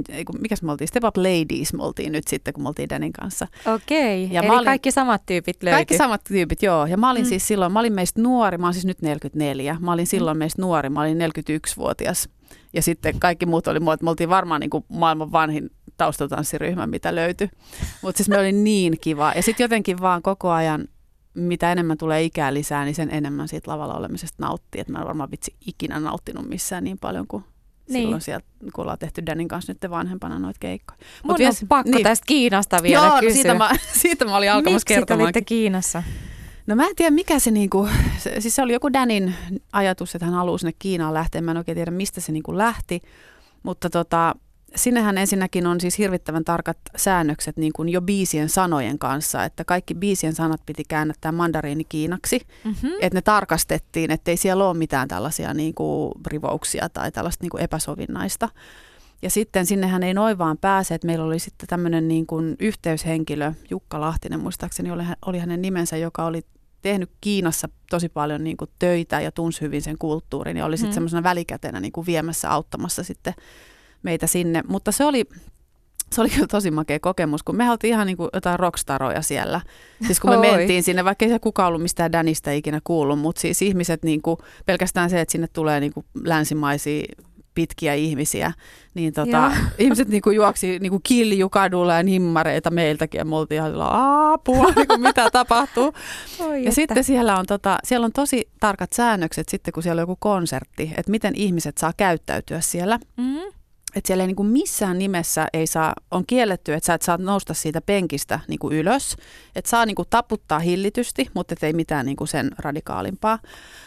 Up Ladies me oltiin nyt sitten, kun me oltiin Danin kanssa. Okei, eli kaikki samat tyypit löytyi. Kaikki samat tyypit, joo. Ja mä olin siis silloin, mä olin meistä nuori, mä oon siis nyt 44, mä olin silloin meistä nuori, mä olin 41-vuotias. Ja sitten kaikki muut oli me oltiin varmaan niin kuin maailman vanhin taustatanssiryhmä, mitä löytyi. Mutta siis me oli niin kiva. Ja sitten jotenkin vaan koko ajan, mitä enemmän tulee ikää lisää, niin sen enemmän siitä lavalla olemisesta nauttii. Että mä en varmaan vitsi ikinä nauttinut missään niin paljon kuin silloin sieltä, kun ollaan tehty Danin kanssa nyt vanhempana noita keikkoja. Mun on pakko tästä Kiinasta vielä kysyä. Siitä mä olin alkamassa kertomaan. Miksi te olitte Kiinassa? No mä en tiedä mikä se siis se oli joku Danin ajatus, että hän haluaa sinne Kiinaan lähteä. Mä en oikein tiedä mistä se lähti, mutta sinnehän ensinnäkin on siis hirvittävän tarkat säännökset niin kuin jo biisien sanojen kanssa, että kaikki biisien sanat piti käännättää mandariini kiinaksi, että ne tarkastettiin, ettei siellä ole mitään tällaisia niin kuin rivouksia tai tällaista niin kuin epäsovinnaista. Ja sitten sinnehän ei noin vaan pääse, että meillä oli sitten tämmöinen niin kuin yhteyshenkilö, Jukka Lahtinen muistaakseni oli hänen nimensä, joka oli tehnyt Kiinassa tosi paljon niin kuin töitä ja tunsi hyvin sen kulttuurin ja oli sitten semmoisena välikätenä niin kuin viemässä, auttamassa sitten meitä sinne. Mutta se oli kyllä tosi makea kokemus, kun me oltiin ihan niin kuin jotain rockstaroja siellä. Siis kun me mentiin sinne, vaikka ei se kukaan ollut mistään Danista ikinä kuullut, mutta siis ihmiset niin kuin, pelkästään se, että sinne tulee niin kuin länsimaisia pitkiä ihmisiä, niin ihmiset niinku juoksi niinku kiljukadulla ja nimmareita meiltäkin ja me oltiin ihan apua, niinku mitä tapahtuu. Ja sitten siellä on tosi tarkat säännökset sitten, kun siellä on joku konsertti, että miten ihmiset saa käyttäytyä siellä. Että siellä ei niinku missään nimessä on kielletty, että sä et saa nousta siitä penkistä niinku ylös. Että saa niinku taputtaa hillitysti, mutta ei mitään niinku sen radikaalimpaa.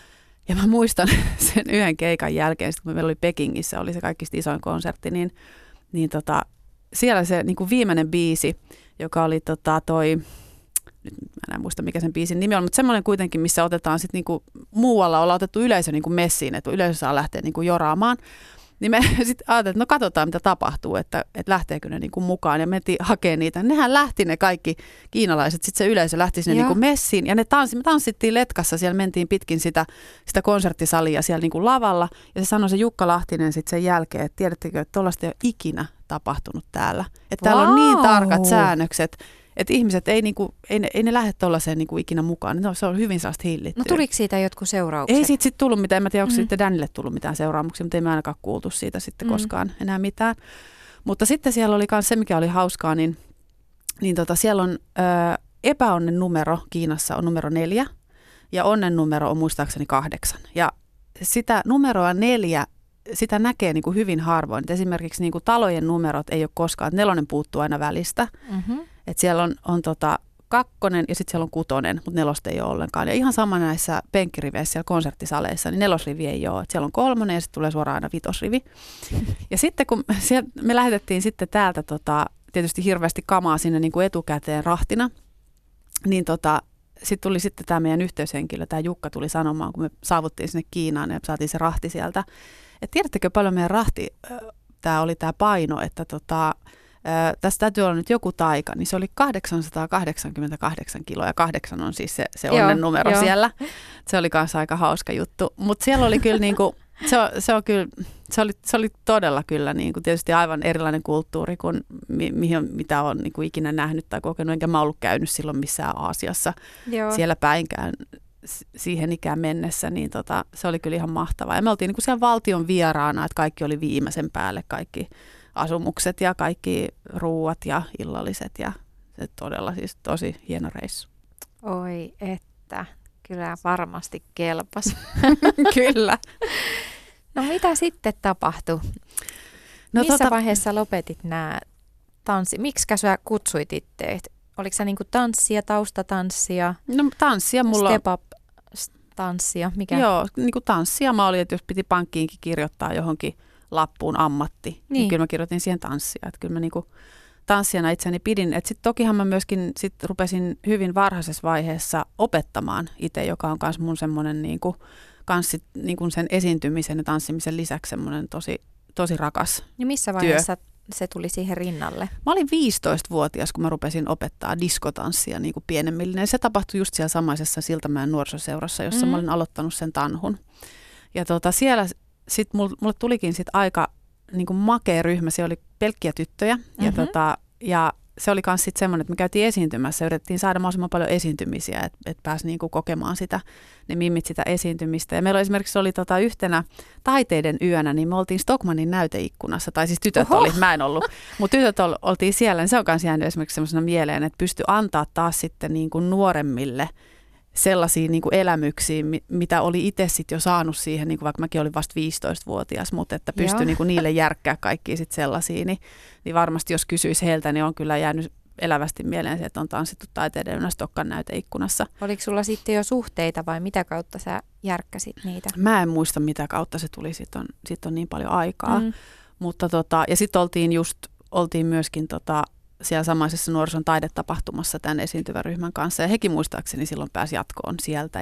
Ja mä muistan sen yhden keikan jälkeen, kun meillä oli Pekingissä, oli se kaikista isoin konsertti, niin siellä se niin kuin viimeinen biisi, joka oli nyt mä en muista mikä sen biisin nimi on, mutta semmoinen kuitenkin, missä otetaan sitten niinku muualla ollaan otettu yleisö niinku messiin, että yleisö saa lähteä niinku joraamaan. Niin me sitten ajattelin, että no katsotaan mitä tapahtuu, että lähteekö ne niinku mukaan ja mentiin hakemaan niitä. Nehän lähti ne kaikki kiinalaiset, sitten se yleisö lähti sinne niinku messiin ja me tanssittiin letkassa, siellä mentiin pitkin sitä konserttisalia siellä niinku lavalla. Ja se sanoi se Jukka Lahtinen sitten sen jälkeen, että tiedättekö, että tuollaista ei ole ikinä tapahtunut täällä. Että täällä on niin tarkat säännökset. Että ihmiset ei ne lähde tuollaiseen niinku ikinä mukaan. No, se on hyvin sellaista hillittyä. No tuliko siitä jotkut seuraukset? Ei siitä sitten tullut mitään. En mä tiedä, onko sitten Danille tullut mitään seuraamuksia, mutta ei me ainakaan kuultu siitä sitten koskaan enää mitään. Mutta sitten siellä oli myös se, mikä oli hauskaa, niin siellä on epäonnen numero Kiinassa on numero 4 ja onnen numero on muistaakseni 8. Ja sitä numeroa 4, sitä näkee niin kuin hyvin harvoin. Et esimerkiksi niin kuin talojen numerot ei ole koskaan, että 4 puuttuu aina välistä. Mm-hmm. Että siellä on 2 ja sitten siellä on 6, mutta 4 ei ole ollenkaan. Ja ihan sama näissä penkkiriveissä siellä konserttisaleissa, niin 4 rivi ei ole. Et siellä on 3 ja sitten tulee suoraan aina 5 rivi. Ja sitten kun me lähetettiin sitten täältä tietysti hirveästi kamaa sinne niin kuin etukäteen rahtina, niin sitten tuli sitten tämä meidän yhteyshenkilö, tämä Jukka tuli sanomaan, kun me saavuttiin sinne Kiinaan ja saatiin se rahti sieltä. Et tiedättekö paljon meidän rahti, tämä oli tämä paino, että tässä täytyy olla nyt joku taika, niin se oli 888 kiloa ja 8 on siis se onnen numero siellä. Se oli kanssa aika hauska juttu, mutta siellä oli kyllä niinku, se oli todella kyllä niinku tietysti aivan erilainen kulttuuri kuin mitä on niinku ikinä nähnyt tai kokenut, enkä mä ollut käynyt silloin missään Aasiassa siellä päinkään siihen ikään mennessä, niin se oli kyllä ihan mahtavaa. Ja me oltiin niinku siellä valtion vieraana, että kaikki oli viimeisen päälle, kaikki asumukset ja kaikki ruuat ja illalliset ja se todella siis tosi hieno reissu. Oi että, kyllä varmasti kelpas. Kyllä. No mitä sitten tapahtui? Missä vaiheessa lopetit nämä tanssi? Miksikä sä kutsuit itteet? Oliko sä niinku tanssia, taustatanssia? No tanssia mulla Step up tanssia, mikä? Joo, niinku tanssia mä olin, että jos piti pankkiinkin kirjoittaa johonkin lappuun ammatti, niin kyllä mä kirjoitin siihen tanssia. Että kyllä mä niinku tanssijana itseni pidin. Että sitten tokihan mä myöskin rupesin hyvin varhaisessa vaiheessa opettamaan itse, joka on myös mun semmoinen niinku sen esiintymisen ja tanssimisen lisäksi semmoinen tosi rakas ja missä vaiheessa se tuli siihen rinnalle? Mä olin 15-vuotias, kun mä rupesin opettaa diskotanssia niin kuin pienemmillinen. Se tapahtui just siellä samaisessa Siltamäen nuorisoseurassa, jossa mä olin aloittanut sen tanhun. Ja siellä sitten mulle tulikin sit aika niin kuin makea ryhmä. Se oli pelkkiä tyttöjä ja se oli myös sitten semmoinen, että me käytiin esiintymässä ja yritettiin saada mahdollisimman paljon esiintymisiä, että pääsi niinku kokemaan ne mimmit sitä esiintymistä. Ja meillä esimerkiksi oli yhtenä taiteiden yönä, niin me oltiin Stockmannin näyteikkunassa, tai siis tytöt oli, mä en ollut, mutta tytöt oltiin siellä, niin se on myös jäänyt esimerkiksi semmoisena mieleen, että pystyi antaa taas sitten niinku nuoremmille sellaisia niin kuin elämyksiä, mitä oli itse sitten jo saanut siihen, niin kuin vaikka mäkin olin vasta 15-vuotias, mutta että pystyi niin kuin niille järkkää kaikkia sitten sellaisia, niin varmasti jos kysyisi heiltä, niin on kyllä jäänyt elävästi mieleen se, että on tanssittu taiteiden Stokkan näyteikkunassa. Oliko sulla sitten jo suhteita vai mitä kautta sä järkkäsit niitä? Mä en muista mitä kautta se tuli, sitten on niin paljon aikaa, mutta ja sitten oltiin myöskin siellä samaisessa nuorison taidetapahtumassa tämän esiintyvän ryhmän kanssa. Ja hekin muistaakseni silloin pääsi jatkoon sieltä.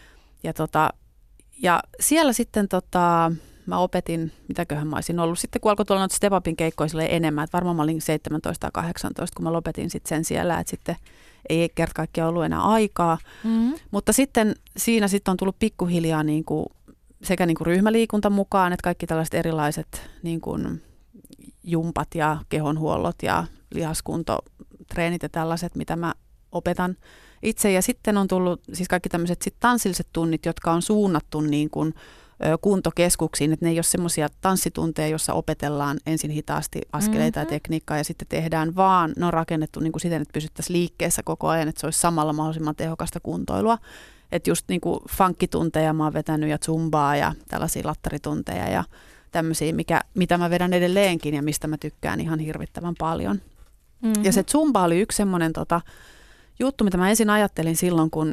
Ja siellä sitten mä opetin, mitäköhän mä olisin ollut. Sitten kun alkoi tulla noita Step Upin keikkoja enemmän, että varmaan mä olin 17 tai 18, kun mä lopetin sitten sen siellä, että sitten ei kerta kaikkiaan ollut enää aikaa. Mm-hmm. Mutta sitten siinä sitten on tullut pikkuhiljaa sekä ryhmäliikunta mukaan, että kaikki tällaiset erilaiset jumpat ja kehonhuollot ja lihaskuntotreenit ja tällaiset, mitä mä opetan itse. Ja sitten on tullut siis kaikki tämmöiset tanssilliset tunnit, jotka on suunnattu kuntokeskuksiin, että ne ei ole semmoisia tanssitunteja, joissa opetellaan ensin hitaasti askeleita ja tekniikkaa ja sitten tehdään, vaan ne on rakennettu siten, että pysyttäisiin liikkeessä koko ajan, että se olisi samalla mahdollisimman tehokasta kuntoilua. Että just funkkitunteja mä oon vetänyt ja zumbaa ja tällaisia lattaritunteja ja tämmöisiä, mitä mä vedän edelleenkin ja mistä mä tykkään ihan hirvittävän paljon. Mm-hmm. Ja se zumba oli yksi semmoinen juttu, mitä mä ensin ajattelin silloin, kun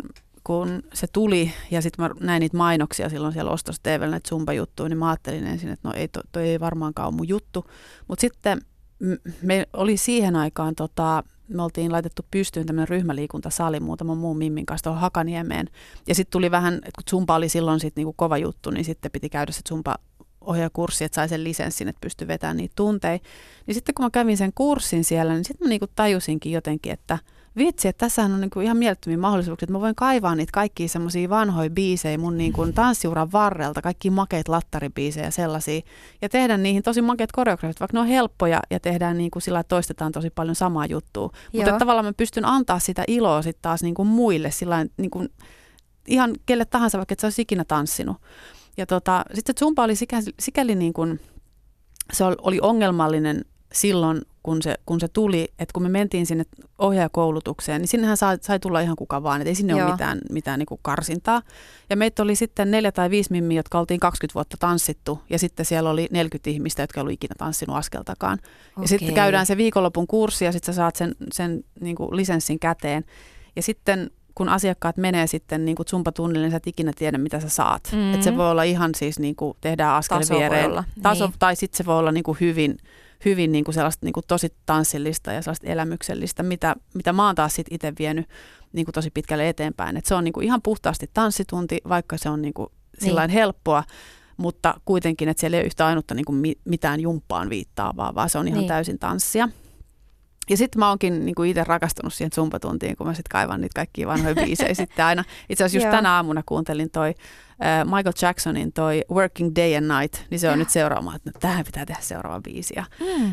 kun se tuli ja sitten mä näin niitä mainoksia silloin siellä Ostos TV:llä näitä Zumba-juttuja, niin mä ajattelin ensin, että no ei, toi ei varmaankaan ole mun juttu. Mutta sitten me oli siihen aikaan, me oltiin laitettu pystyyn tämmöinen ryhmäliikuntasali muutaman muun mimmin kanssa tuohon Hakaniemeen. Ja sitten tuli vähän, että kun Zumba oli silloin sitten niinku kova juttu, niin sitten piti käydä se Zumba-ohjaajakurssi, että sai sen lisenssin, että pystyi vetämään niitä tunteja. Niin sitten kun mä kävin sen kurssin siellä, niin sitten mä niinku tajusinkin jotenkin, että vitsi, että tässähän on niinku ihan mielettömiä mahdollisuuksia, että mä voin kaivaa niitä kaikkia semmoisia vanhoja biisejä mun niinku tanssiuran varrelta, kaikkia makeita lattaribiisejä sellaisia, ja tehdä niihin tosi makeat koreografiat, vaikka ne on helppoja ja tehdään niinku sillä, että toistetaan tosi paljon samaa juttua. Mutta tavallaan mä pystyn antaa sitä iloa sitten taas niinku muille, sillä niinku, ihan kelle tahansa, vaikka et sä olisi ikinä tanssinut. Ja sitten Zumba oli sikäli niin kuin, se oli ongelmallinen silloin, kun se tuli, että kun me mentiin sinne ohjaajakoulutukseen, niin sinnehän sai tulla ihan kuka vaan, että ei sinne ole mitään niin kuin karsintaa. Ja meitä oli sitten 4 tai 5 mimmiä, jotka oltiin 20 vuotta tanssittu, ja sitten siellä oli 40 ihmistä, jotka ei ollut ikinä tanssinut askeltakaan. Okay. Ja sitten käydään se viikonlopun kurssi, ja sitten sä saat sen niin kuin lisenssin käteen. Ja sitten kun asiakkaat menee sitten niin kuin Zumba-tunnille, niin sä et ikinä tiedä, mitä sä saat. Mm-hmm. Että se voi olla ihan siis, niin kuin tehdään askel viereen. Taso, niin. Tai sitten se voi olla niin kuin hyvin niin kuin sellaista niin kuin tosi tanssillista ja sellaista elämyksellistä, mitä mä oon taas sit itse vienyt niin kuin tosi pitkälle eteenpäin. Et se on niin kuin ihan puhtaasti tanssitunti, vaikka se on niin kuin sillain helppoa, mutta kuitenkin, että siellä ei ole yhtä ainutta niin kuin mitään jumppaan viittaavaa, vaan se on ihan täysin tanssia. Ja sitten mä oonkin niinku itse rakastunut siihen Zumba-tuntiin, kun mä sitten kaivan niitä kaikkia vanhoja biisejä sitten aina. Itse asiassa just tänä aamuna kuuntelin toi Michael Jacksonin toi Working Day and Night, niin se on nyt seuraava, että tähän pitää tehdä seuraava biisi. Ja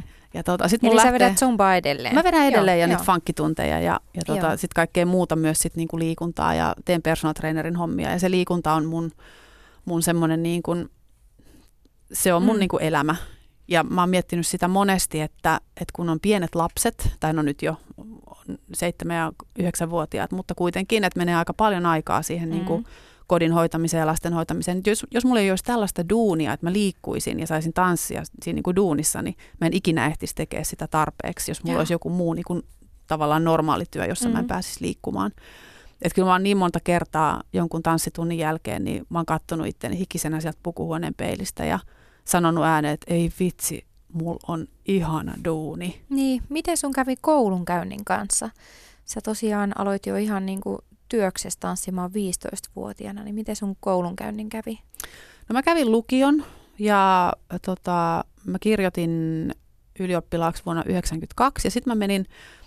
sit eli sä vedät Zumbaa edelleen? Mä vedän edelleen ja niitä funkkitunteja ja sitten kaikkea muuta myös sit niinku liikuntaa ja teen personal trainerin hommia. Ja se liikunta on mun semmoinen, niinku, se on mun niinku elämä. Ja mä oon miettinyt sitä monesti, että kun on pienet lapset, tai no nyt jo 7- ja 9-vuotiaat, mutta kuitenkin, että menee aika paljon aikaa siihen niin kuin kodin hoitamiseen ja lasten hoitamiseen. Jos mulla ei olisi tällaista duunia, että mä liikkuisin ja saisin tanssia siinä niin kuin duunissa, niin mä en ikinä ehtisi tekemään sitä tarpeeksi, jos mulla olisi joku muu niin kuin tavallaan normaali työ, jossa mä en pääsisi liikkumaan. Että kyllä mä oon niin monta kertaa jonkun tanssitunnin jälkeen, niin mä oon katsonut itteni hikisenä sieltä pukuhuoneen peilistä ja sanonut ääneen, että ei vitsi, mulla on ihana duuni. Niin, miten sun kävi koulunkäynnin kanssa? Sä tosiaan aloit jo ihan niin kuin työksessä tanssimaan 15-vuotiaana, niin miten sun koulunkäynnin kävi? No mä kävin lukion ja mä kirjoitin ylioppilaaksi vuonna 1992 ja sitten mä menin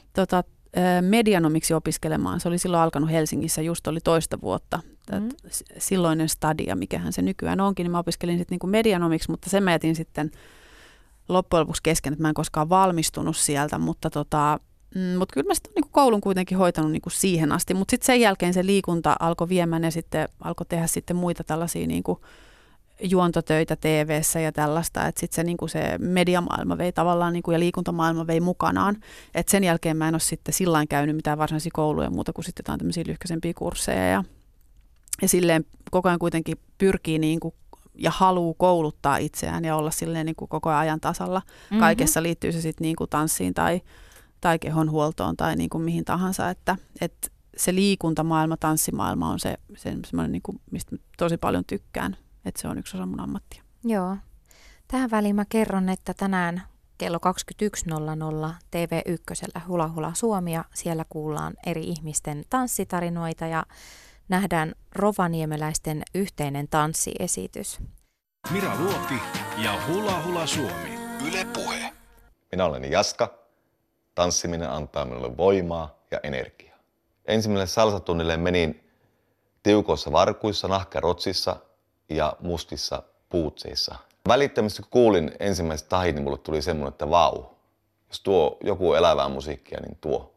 medianomiksi opiskelemaan. Se oli silloin alkanut Helsingissä, just oli 2 vuotta. Silloinen stadia, mikähän se nykyään onkin, niin mä opiskelin sitten niinku medianomiksi, mutta sen mä jätin sitten loppujen lopuksi kesken, että mä en koskaan valmistunut sieltä, mutta kyllä mä sitten niinku koulun kuitenkin hoitanut niinku siihen asti, mutta sitten sen jälkeen se liikunta alkoi viemään ja sitten alkoi tehdä sitten muita tällaisia niinku juontotöitä TV:ssä ja tällaista, että sitten se, niinku se mediamaailma vei tavallaan niinku, ja liikuntamaailma vei mukanaan, että sen jälkeen mä en ole sitten sillain käynyt mitään varsinaisia kouluja muuta kuin sitten jotain tämmöisiä lyhkäisempiä kursseja ja silleen koko ajan kuitenkin pyrkii niinku, ja haluaa kouluttaa itseään ja olla silleen niinku koko ajan tasalla. Kaikessa liittyy se sitten niinku tanssiin tai kehonhuoltoon tai niinku mihin tahansa, että se liikuntamaailma, tanssimaailma on se semmoinen, niinku, mistä tosi paljon tykkään. Että se on yksi osa mun ammattia. Joo. Tähän väliin mä kerron, että tänään kello 21.00 TV1 Hula Hula Suomi ja siellä kuullaan eri ihmisten tanssitarinoita ja nähdään rovaniemeläisten yhteinen tanssiesitys. Mira Luoti ja Hula Hula Suomi. Yle Puhe. Minä olen Jaska. Tanssiminen antaa minulle voimaa ja energiaa. Ensimmäiselle salsatunnille menin tiukoissa varkuissa, nahkarotsissa ja mustissa puutseissa. Välittömästi kun kuulin ensimmäiset tahit, niin mulle tuli semmoinen, että vau, jos tuo joku elävää musiikkia, niin tuo.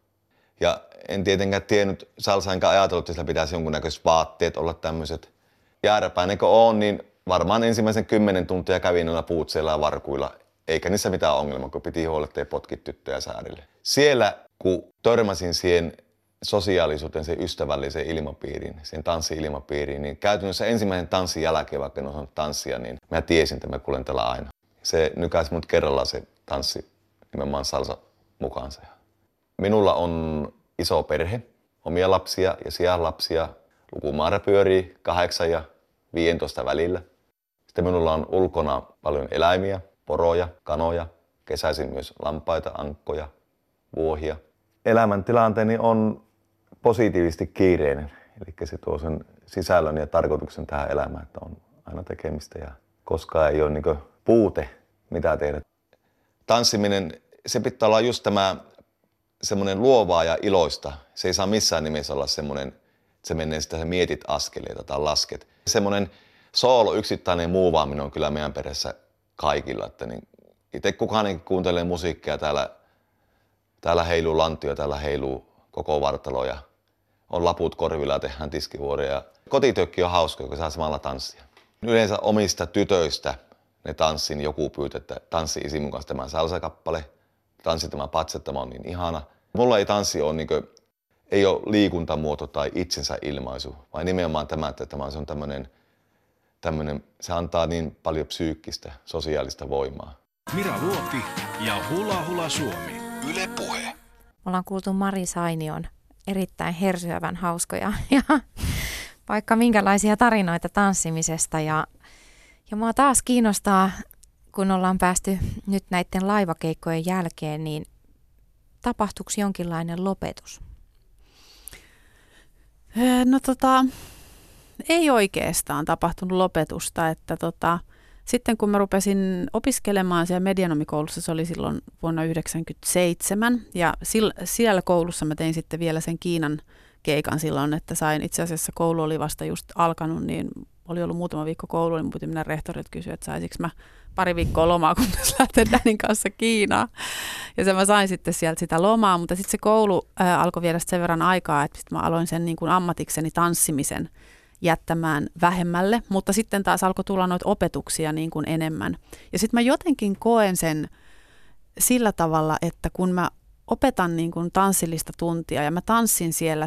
Ja en tietenkään tiennyt salsaa enkä ajatellut, että sillä pitäisi jonkunnäköiset vaatteet olla tämmöiset. Jääräpäinen kun on, niin varmaan ensimmäisen 10 tuntia kävin noilla puutseilla ja varkuilla. Eikä niissä mitään ongelmaa, kun piti huolehtia ja potkit tyttöjä säärille. Siellä kun törmäsin siihen sosiaalisuuteen, sen ystävälliseen ilmapiiriin, sen tanssi-ilmapiiriin, niin käytännössä ensimmäisen tanssin jälkeen, vaikka en osannut tanssia, niin mä tiesin, että mä kuulen tällä aina. Se nykäisi mut kerrallaan se tanssi nimenomaan salsa mukaansa. Minulla on iso perhe, omia lapsia ja sijalapsia. lukumäärä pyörii 8 ja 15 välillä. Sitten minulla on ulkona paljon eläimiä, poroja, kanoja, kesäisin myös lampaita, ankkoja, vuohia. Elämäntilanteeni on positiivisesti kiireinen, eli se tuo sen sisällön ja tarkoituksen tähän elämään, että on aina tekemistä ja koskaan ei ole niin puute, mitä tehdä. Tanssiminen, se pitää olla just tämä semmoinen luovaa ja iloista. Se ei saa missään nimessä olla semmoinen, että se menee sitä, sä mietit askeleita tai lasket. Semmoinen soolo, yksittäinen muuvaaminen on kyllä meidän perheessä kaikilla. Että niin itse kukaan kuuntelee musiikkia, täällä heiluu lantio, täällä heiluu koko vartalo ja on laput korvilla ja tehdään tiskivuoria. Ja kotityökki on hauska, kun saa samalla tanssia. Yleensä omista tytöistä ne tanssin, joku pyytää, että tanssi isi mun kanssa tämä salsakappale, tanssi tämä patse, tämä on niin ihana. Mulla ei tanssi ole ei ole liikuntamuoto tai itsensä ilmaisu, vaan nimenomaan tämä, että tämä on tämmöinen, se antaa niin paljon psyykkistä, sosiaalista voimaa. Mira Luoti ja Hula Hula Suomi. Yle Puhe. Ollaan kuultu Mari Sainion erittäin hersyävän hauskoja ja vaikka minkälaisia tarinoita tanssimisesta. Ja mua taas kiinnostaa, kun ollaan päästy nyt näiden laivakeikkojen jälkeen, niin tapahtuuko jonkinlainen lopetus? No ei oikeastaan tapahtunut lopetusta, että sitten kun mä rupesin opiskelemaan siellä medianomikoulussa, se oli silloin vuonna 1997 ja siellä koulussa mä tein sitten vielä sen Kiinan keikan silloin, että sain itse asiassa koulu oli vasta just alkanut, niin oli ollut muutama viikko koulu, niin piti mennä rehtorilta kysyä, että saisinko mä pari viikkoa lomaa, kun mä lähten Danin kanssa Kiinaan. Ja mä sain sitten sieltä sitä lomaa, mutta sitten se koulu alkoi viedä sen verran aikaa, että mä aloin sen niin kuin ammatikseni tanssimisen jättämään vähemmälle, mutta sitten taas alkoi tulla noita opetuksia niin kuin enemmän. Ja sitten mä jotenkin koen sen sillä tavalla, että kun mä opetan niin kuin tanssillista tuntia ja mä tanssin siellä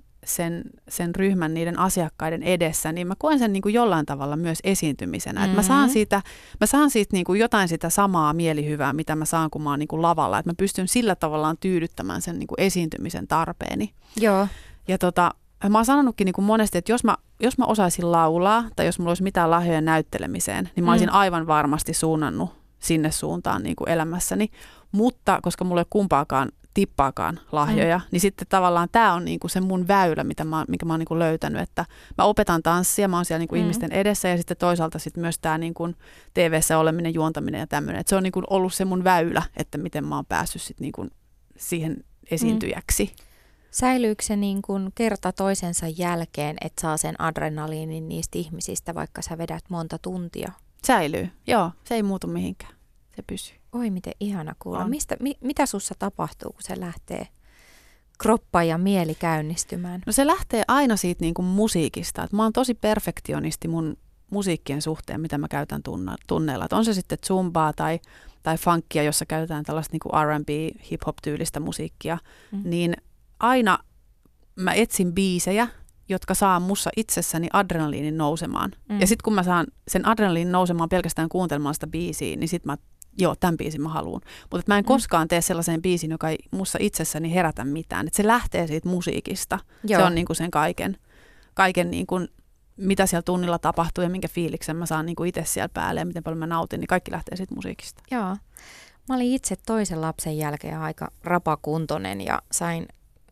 sen ryhmän niiden asiakkaiden edessä, niin mä koen sen niin kuin jollain tavalla myös esiintymisenä. Että mä saan siitä niin kuin jotain sitä samaa mielihyvää, mitä mä saan, kun mä oon niin kuin lavalla. Että mä pystyn sillä tavallaan tyydyttämään sen niin kuin esiintymisen tarpeeni. Joo. Ja mä oon sanonutkin niin kuin monesti, että jos mä osaisin laulaa tai jos mulla olisi mitään lahjoja näyttelemiseen, niin mä olisin aivan varmasti suunnannut sinne suuntaan niin kuin elämässäni. Mutta koska mulla ei ole kumpaakaan tippaakaan lahjoja, niin sitten tavallaan tämä on niinku se mun väylä, minkä mä oon niinku löytänyt, että mä opetan tanssia, mä oon siellä niinku ihmisten edessä ja sitten toisaalta sitten myös tämä niinku TV-ssä oleminen, juontaminen ja tämmöinen. Se on niinku ollut se mun väylä, että miten mä oon päässyt sitten niinku siihen esiintyjäksi. Säilyykö se niin kuin kerta toisensa jälkeen, että saa sen adrenaliinin niistä ihmisistä, vaikka sä vedät monta tuntia? Säilyy, joo. Se ei muutu mihinkään. Se pysyy. Oi, miten ihana kuulla. Mitä sussa tapahtuu, kun se lähtee kroppa ja mieli käynnistymään? No se lähtee aina siitä niin kuin musiikista. Et mä oon tosi perfektionisti mun musiikkien suhteen, mitä mä käytän tunneilla. Et on se sitten zumbaa tai funkia, jossa käytetään tällaista niin kuin R&B, hip-hop-tyylistä musiikkia, niin aina mä etsin biisejä, jotka saa mussa itsessäni adrenaliinin nousemaan. Ja sitten kun mä saan sen adrenaliinin nousemaan pelkästään kuuntelemaan sitä biisiä, niin sitten tämän biisin mä haluun. Mutta mä en koskaan tee sellaisen biisin, joka ei mussa itsessäni herätä mitään. Et se lähtee siitä musiikista. Joo. Se on niinku sen kaiken niinku, mitä siellä tunnilla tapahtuu ja minkä fiiliksen mä saan niinku itse siellä päälle ja miten paljon mä nautin, niin kaikki lähtee siitä musiikista. Joo. Mä olin itse toisen lapsen jälkeen aika rapakuntoinen ja sain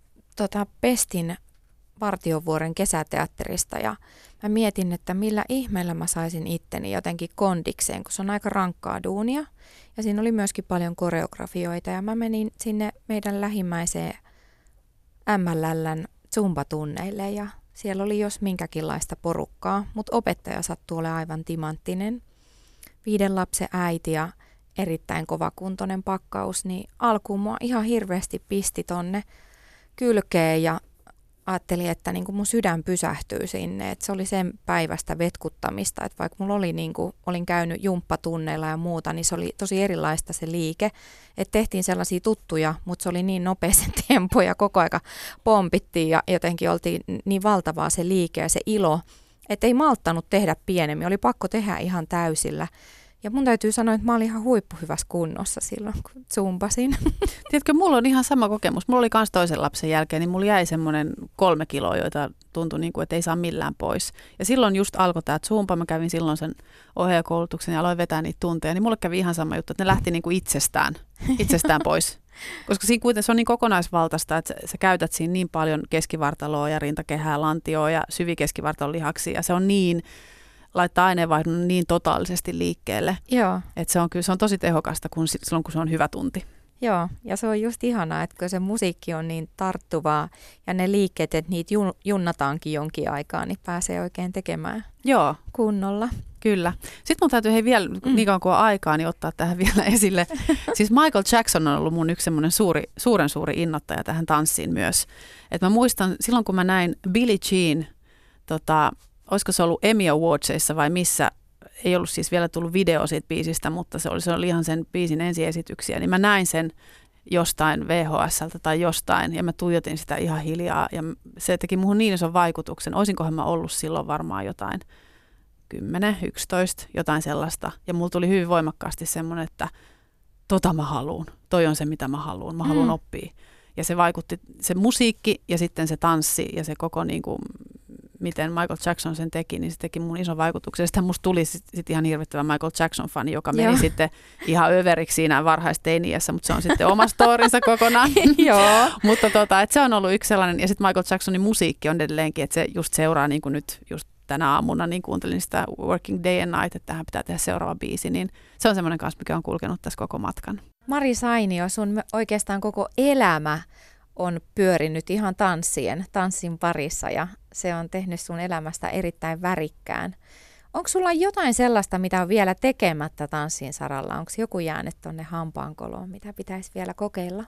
pestin Vartiovuoren kesäteatterista ja mä mietin, että millä ihmeellä mä saisin itteni jotenkin kondikseen, kun se on aika rankkaa duunia. Ja siinä oli myöskin paljon koreografioita ja mä menin sinne meidän lähimmäiseen MLL:n zumbatunneille ja siellä oli jos minkäkinlaista porukkaa, mutta opettaja sattui olemaan aivan timanttinen. 5 lapsen äiti ja erittäin kovakuntoinen pakkaus, niin alkuun mua ihan hirveästi pisti tonne kylkeen ja ajattelin, että niin kuin mun sydän pysähtyy sinne, että se oli sen päivästä vetkuttamista, että vaikka mulla oli niin kuin, olin käynyt jumppatunneilla ja muuta, niin se oli tosi erilaista se liike, että tehtiin sellaisia tuttuja, mutta se oli niin nopea se tempo ja koko aika pompittiin ja jotenkin oltiin niin valtavaa se liike ja se ilo, että ei malttanut tehdä pienemmin, oli pakko tehdä ihan täysillä Ja mun täytyy sanoa, että mä olin ihan huippuhyvässä kunnossa silloin, kun zumpasin. Tiedätkö, mulla on ihan sama kokemus. Mulla oli myös toisen lapsen jälkeen, niin mulla jäi semmoinen 3 kiloa, joita tuntui niin kuin, että ei saa millään pois. Ja silloin just alkoi tämä zumba. Mä kävin silloin sen ohjaajakoulutuksen ja aloin vetää niitä tunteja. Niin mulle kävi ihan sama juttu, että ne lähti niin kuin itsestään pois. Koska siinä kuitenkin se on niin kokonaisvaltaista, että sä käytät siinä niin paljon keskivartaloa ja rintakehää, lantioa ja syvikeskivartalon lihaksia. Ja se on niin, laittaa aineenvaihdunnan niin totaalisesti liikkeelle. Joo. Että se on tosi tehokasta silloin, kun se on hyvä tunti. Joo, ja se on just ihanaa, että kun se musiikki on niin tarttuvaa ja ne liikkeet, että niitä junnataankin jonkin aikaa, niin pääsee oikein tekemään kunnolla. Kyllä. Sitten mun täytyy vielä, niin kauan kuin on aikaa, niin ottaa tähän vielä esille. Siis Michael Jackson on ollut mun yksi semmoinen suuren suuri innoittaja tähän tanssiin myös. Et mä muistan silloin, kun mä näin Billie Jean, olisiko se ollut Emmy Awardsissa vai missä, ei ollut siis vielä tullut video siitä biisistä, mutta se oli ihan sen biisin ensiesityksiä, niin mä näin sen jostain VHS:ltä tai jostain, ja mä tuijotin sitä ihan hiljaa, ja se teki muhun niin ison vaikutuksen. Oisinkohan mä ollut silloin varmaan jotain 10, 11, jotain sellaista, ja mulla tuli hyvin voimakkaasti semmoinen, että mä haluun, toi on se mitä mä haluun oppia. Ja se vaikutti, se musiikki ja sitten se tanssi ja se koko niin kuin, miten Michael Jackson sen teki, niin se teki mun ison vaikutuksen. Sitten musta tuli sit ihan hirvittävä Michael Jackson-fani, joka meni sitten ihan överiksi siinä varhaisteiniässä, mutta se on sitten oma storinsa kokonaan. Joo. Mutta että se on ollut yksi sellainen, ja sitten Michael Jacksonin musiikki on edelleenkin, että se just seuraa niin kuin nyt just tänä aamuna, niin kuuntelin sitä Working Day and Night, että tähän pitää tehdä seuraava biisi, niin se on semmoinen kanssa, mikä on kulkenut tässä koko matkan. Mari Sainio, sun oikeastaan koko elämä on pyörinyt ihan tanssin parissa ja se on tehnyt sun elämästä erittäin värikkään. Onko sulla jotain sellaista, mitä on vielä tekemättä tanssin saralla? Onko joku jäänyt tonne hampaankoloon, mitä pitäisi vielä kokeilla?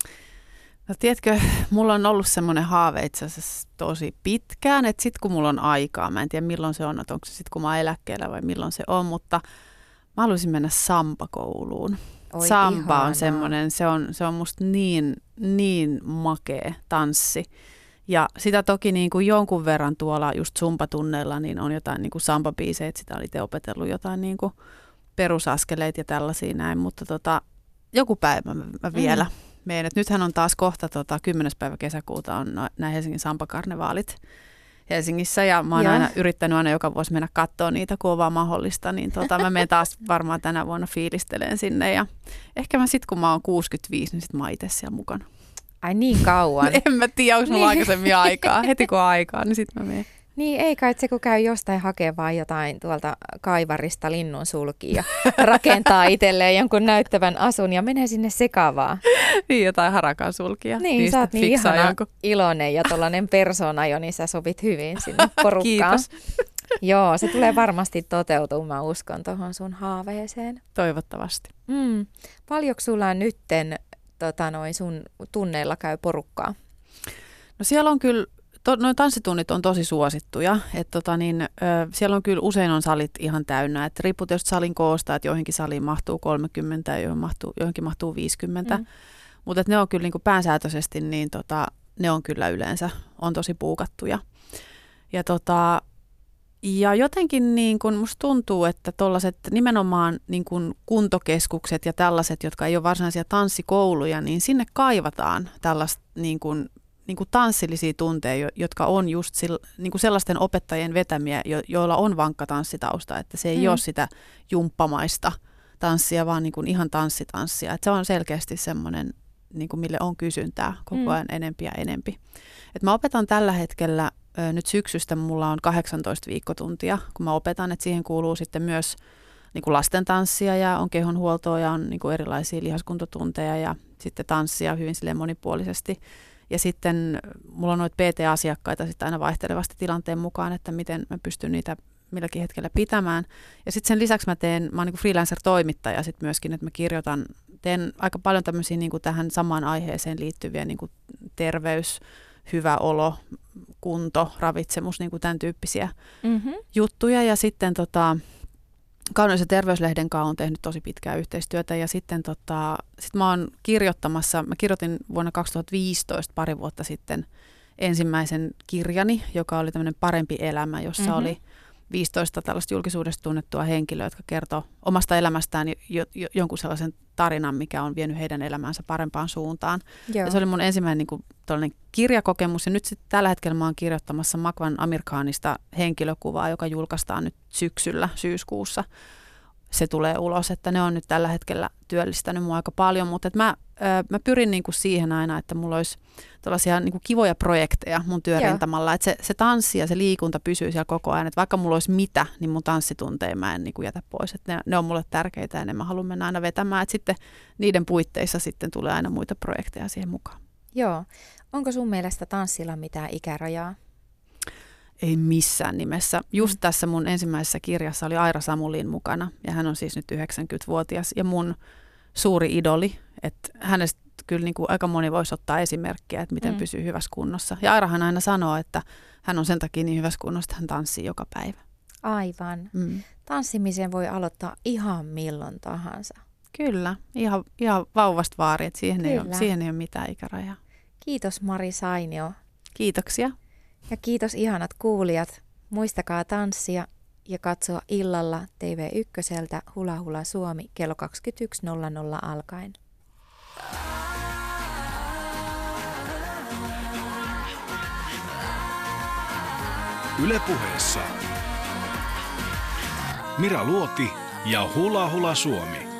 No tiedätkö, mulla on ollut semmoinen haave itse asiassa tosi pitkään, että sit kun mulla on aikaa, mä en tiedä milloin se on, että onko se sit kun mä oon eläkkeellä vai milloin se on, mutta mä haluaisin mennä sambakouluun. Oi, samba ihanaa. on semmoinen, se on musta niin makea tanssi. Ja sitä toki niin kuin jonkun verran tuolla just zumba-tunneilla niin on jotain niin kuin samba-biisejä, että sitä oli itse opetellut jotain niin kuin perusaskeleita ja tällaisia näin, mutta joku päivä mä vielä menen. Nythän on taas kohta 10. päivä kesäkuuta on nämä Helsingin Samba-karnevaalit Helsingissä ja mä oon aina yrittänyt aina joka vuosi mennä katsoa niitä, kun on vaan mahdollista, niin mä menen taas varmaan tänä vuonna fiilisteleen sinne ja ehkä mä sit kun mä oon 65, niin sit mä oon itse siellä mukana. Ai niin kauan. En mä tiedä, onko mulla aikaisemmin aikaa. Heti kun on aikaa, niin sit mä menen. Niin, ei kai se kun käy jostain hakemaan jotain tuolta kaivarista linnunsulkia ja rakentaa itselleen jonkun näyttävän asun ja menee sinne sekavaan. Niin, jotain harakan sulkia. Niin, sä oot niin ihana iloinen ja tollainen persona jo, niin sä sopit hyvin sinne porukkaan. Kiitos. Joo, se tulee varmasti toteutumaan, mä uskon tuohon sun haaveeseen. Toivottavasti. Paljonko sulla nytten sun tunneilla käy porukkaa? No siellä on kyllä, noin tanssitunnit on tosi suosittuja, että siellä on kyllä usein on salit ihan täynnä, että riippuu tietysti salin koosta, että joihinkin saliin mahtuu 30 ja johonkin mahtuu 50, mutta ne on kyllä niin kuin pääsääntöisesti, niin ne on kyllä yleensä, on tosi puukattuja. Ja jotenkin niin kun musta tuntuu, että tuollaiset nimenomaan niin kun kuntokeskukset ja tällaiset, jotka ei ole varsinaisia tanssikouluja, niin sinne kaivataan tällaista niin kun tanssillisia tunteja, jotka on just niin kun sellaisten opettajien vetämiä, joilla on vankka tanssitausta, että se ei ole sitä jumppamaista tanssia, vaan niin kun ihan tanssitanssia. Että se on selkeästi semmoinen, niin kun mille on kysyntää koko ajan enempi ja enempi. Et mä opetan tällä hetkellä nyt syksystä mulla on 18 viikkotuntia, kun mä opetan, että siihen kuuluu sitten myös niin kuin lastentanssia ja on kehonhuoltoa ja on niin kuin erilaisia lihaskuntotunteja ja sitten tanssia hyvin silleen monipuolisesti. Ja sitten mulla on noita PT-asiakkaita sitten aina vaihtelevasti tilanteen mukaan, että miten mä pystyn niitä milläkin hetkellä pitämään. Ja sitten sen lisäksi mä oon niin kuin freelancer-toimittaja sitten myöskin, että mä teen aika paljon tämmöisiä niin kuin tähän samaan aiheeseen liittyviä niin kuin terveys, hyvä olo, kunto, ravitsemus, niin kuin tämän tyyppisiä juttuja. Ja sitten Kauneus- ja terveyslehden kanssa on tehnyt tosi pitkää yhteistyötä. Ja sitten sit mä oon mä kirjoitin vuonna 2015 pari vuotta sitten ensimmäisen kirjani, joka oli tämmöinen Parempi elämä, jossa oli 15 tällaista julkisuudesta tunnettua henkilöä, jotka kertoo omasta elämästään jonkun sellaisen tarinan, mikä on vienyt heidän elämäänsä parempaan suuntaan. Joo. Ja se oli mun ensimmäinen niin kuin, kirjakokemus. Ja nyt sitten tällä hetkellä mä oon kirjoittamassa Makwan Amir Khanista henkilökuvaa, joka julkaistaan nyt syksyllä, syyskuussa. Se tulee ulos, että ne on nyt tällä hetkellä työllistänyt mua aika paljon, mutta mä pyrin niin kuin siihen aina, että mulla olisi tällaisia niin kuin kivoja projekteja mun työrintamalla, että se tanssi ja se liikunta pysyy siellä koko ajan, että vaikka mulla olisi mitä, niin mun tanssitunteja mä en niin kuin jätä pois, että ne on mulle tärkeitä ja ne mä haluan mennä aina vetämään, että sitten niiden puitteissa sitten tulee aina muita projekteja siihen mukaan. Joo. Onko sun mielestä tanssilla mitään ikärajaa? Ei missään nimessä. Just tässä mun ensimmäisessä kirjassa oli Aira Samulin mukana, ja hän on siis nyt 90-vuotias, ja mun suuri idoli, että hänestä kyllä niin kuin aika moni voisi ottaa esimerkkiä, että miten pysyy hyvässä kunnossa. Ja Airahan aina sanoo, että hän on sen takia niin hyvässä kunnossa, että hän tanssii joka päivä. Aivan. Tanssimisen voi aloittaa ihan milloin tahansa. Kyllä, ihan vauvasta vaariin, että siihen ei ole mitään ikärajaa. Kiitos Mari Sainio. Kiitoksia. Ja kiitos ihanat kuulijat. Muistakaa tanssia ja katsoa illalla TV1 Hula Hula Suomi kello 21.00 alkaen. Yle Puheessa Mira Luoti ja Hula Hula Suomi.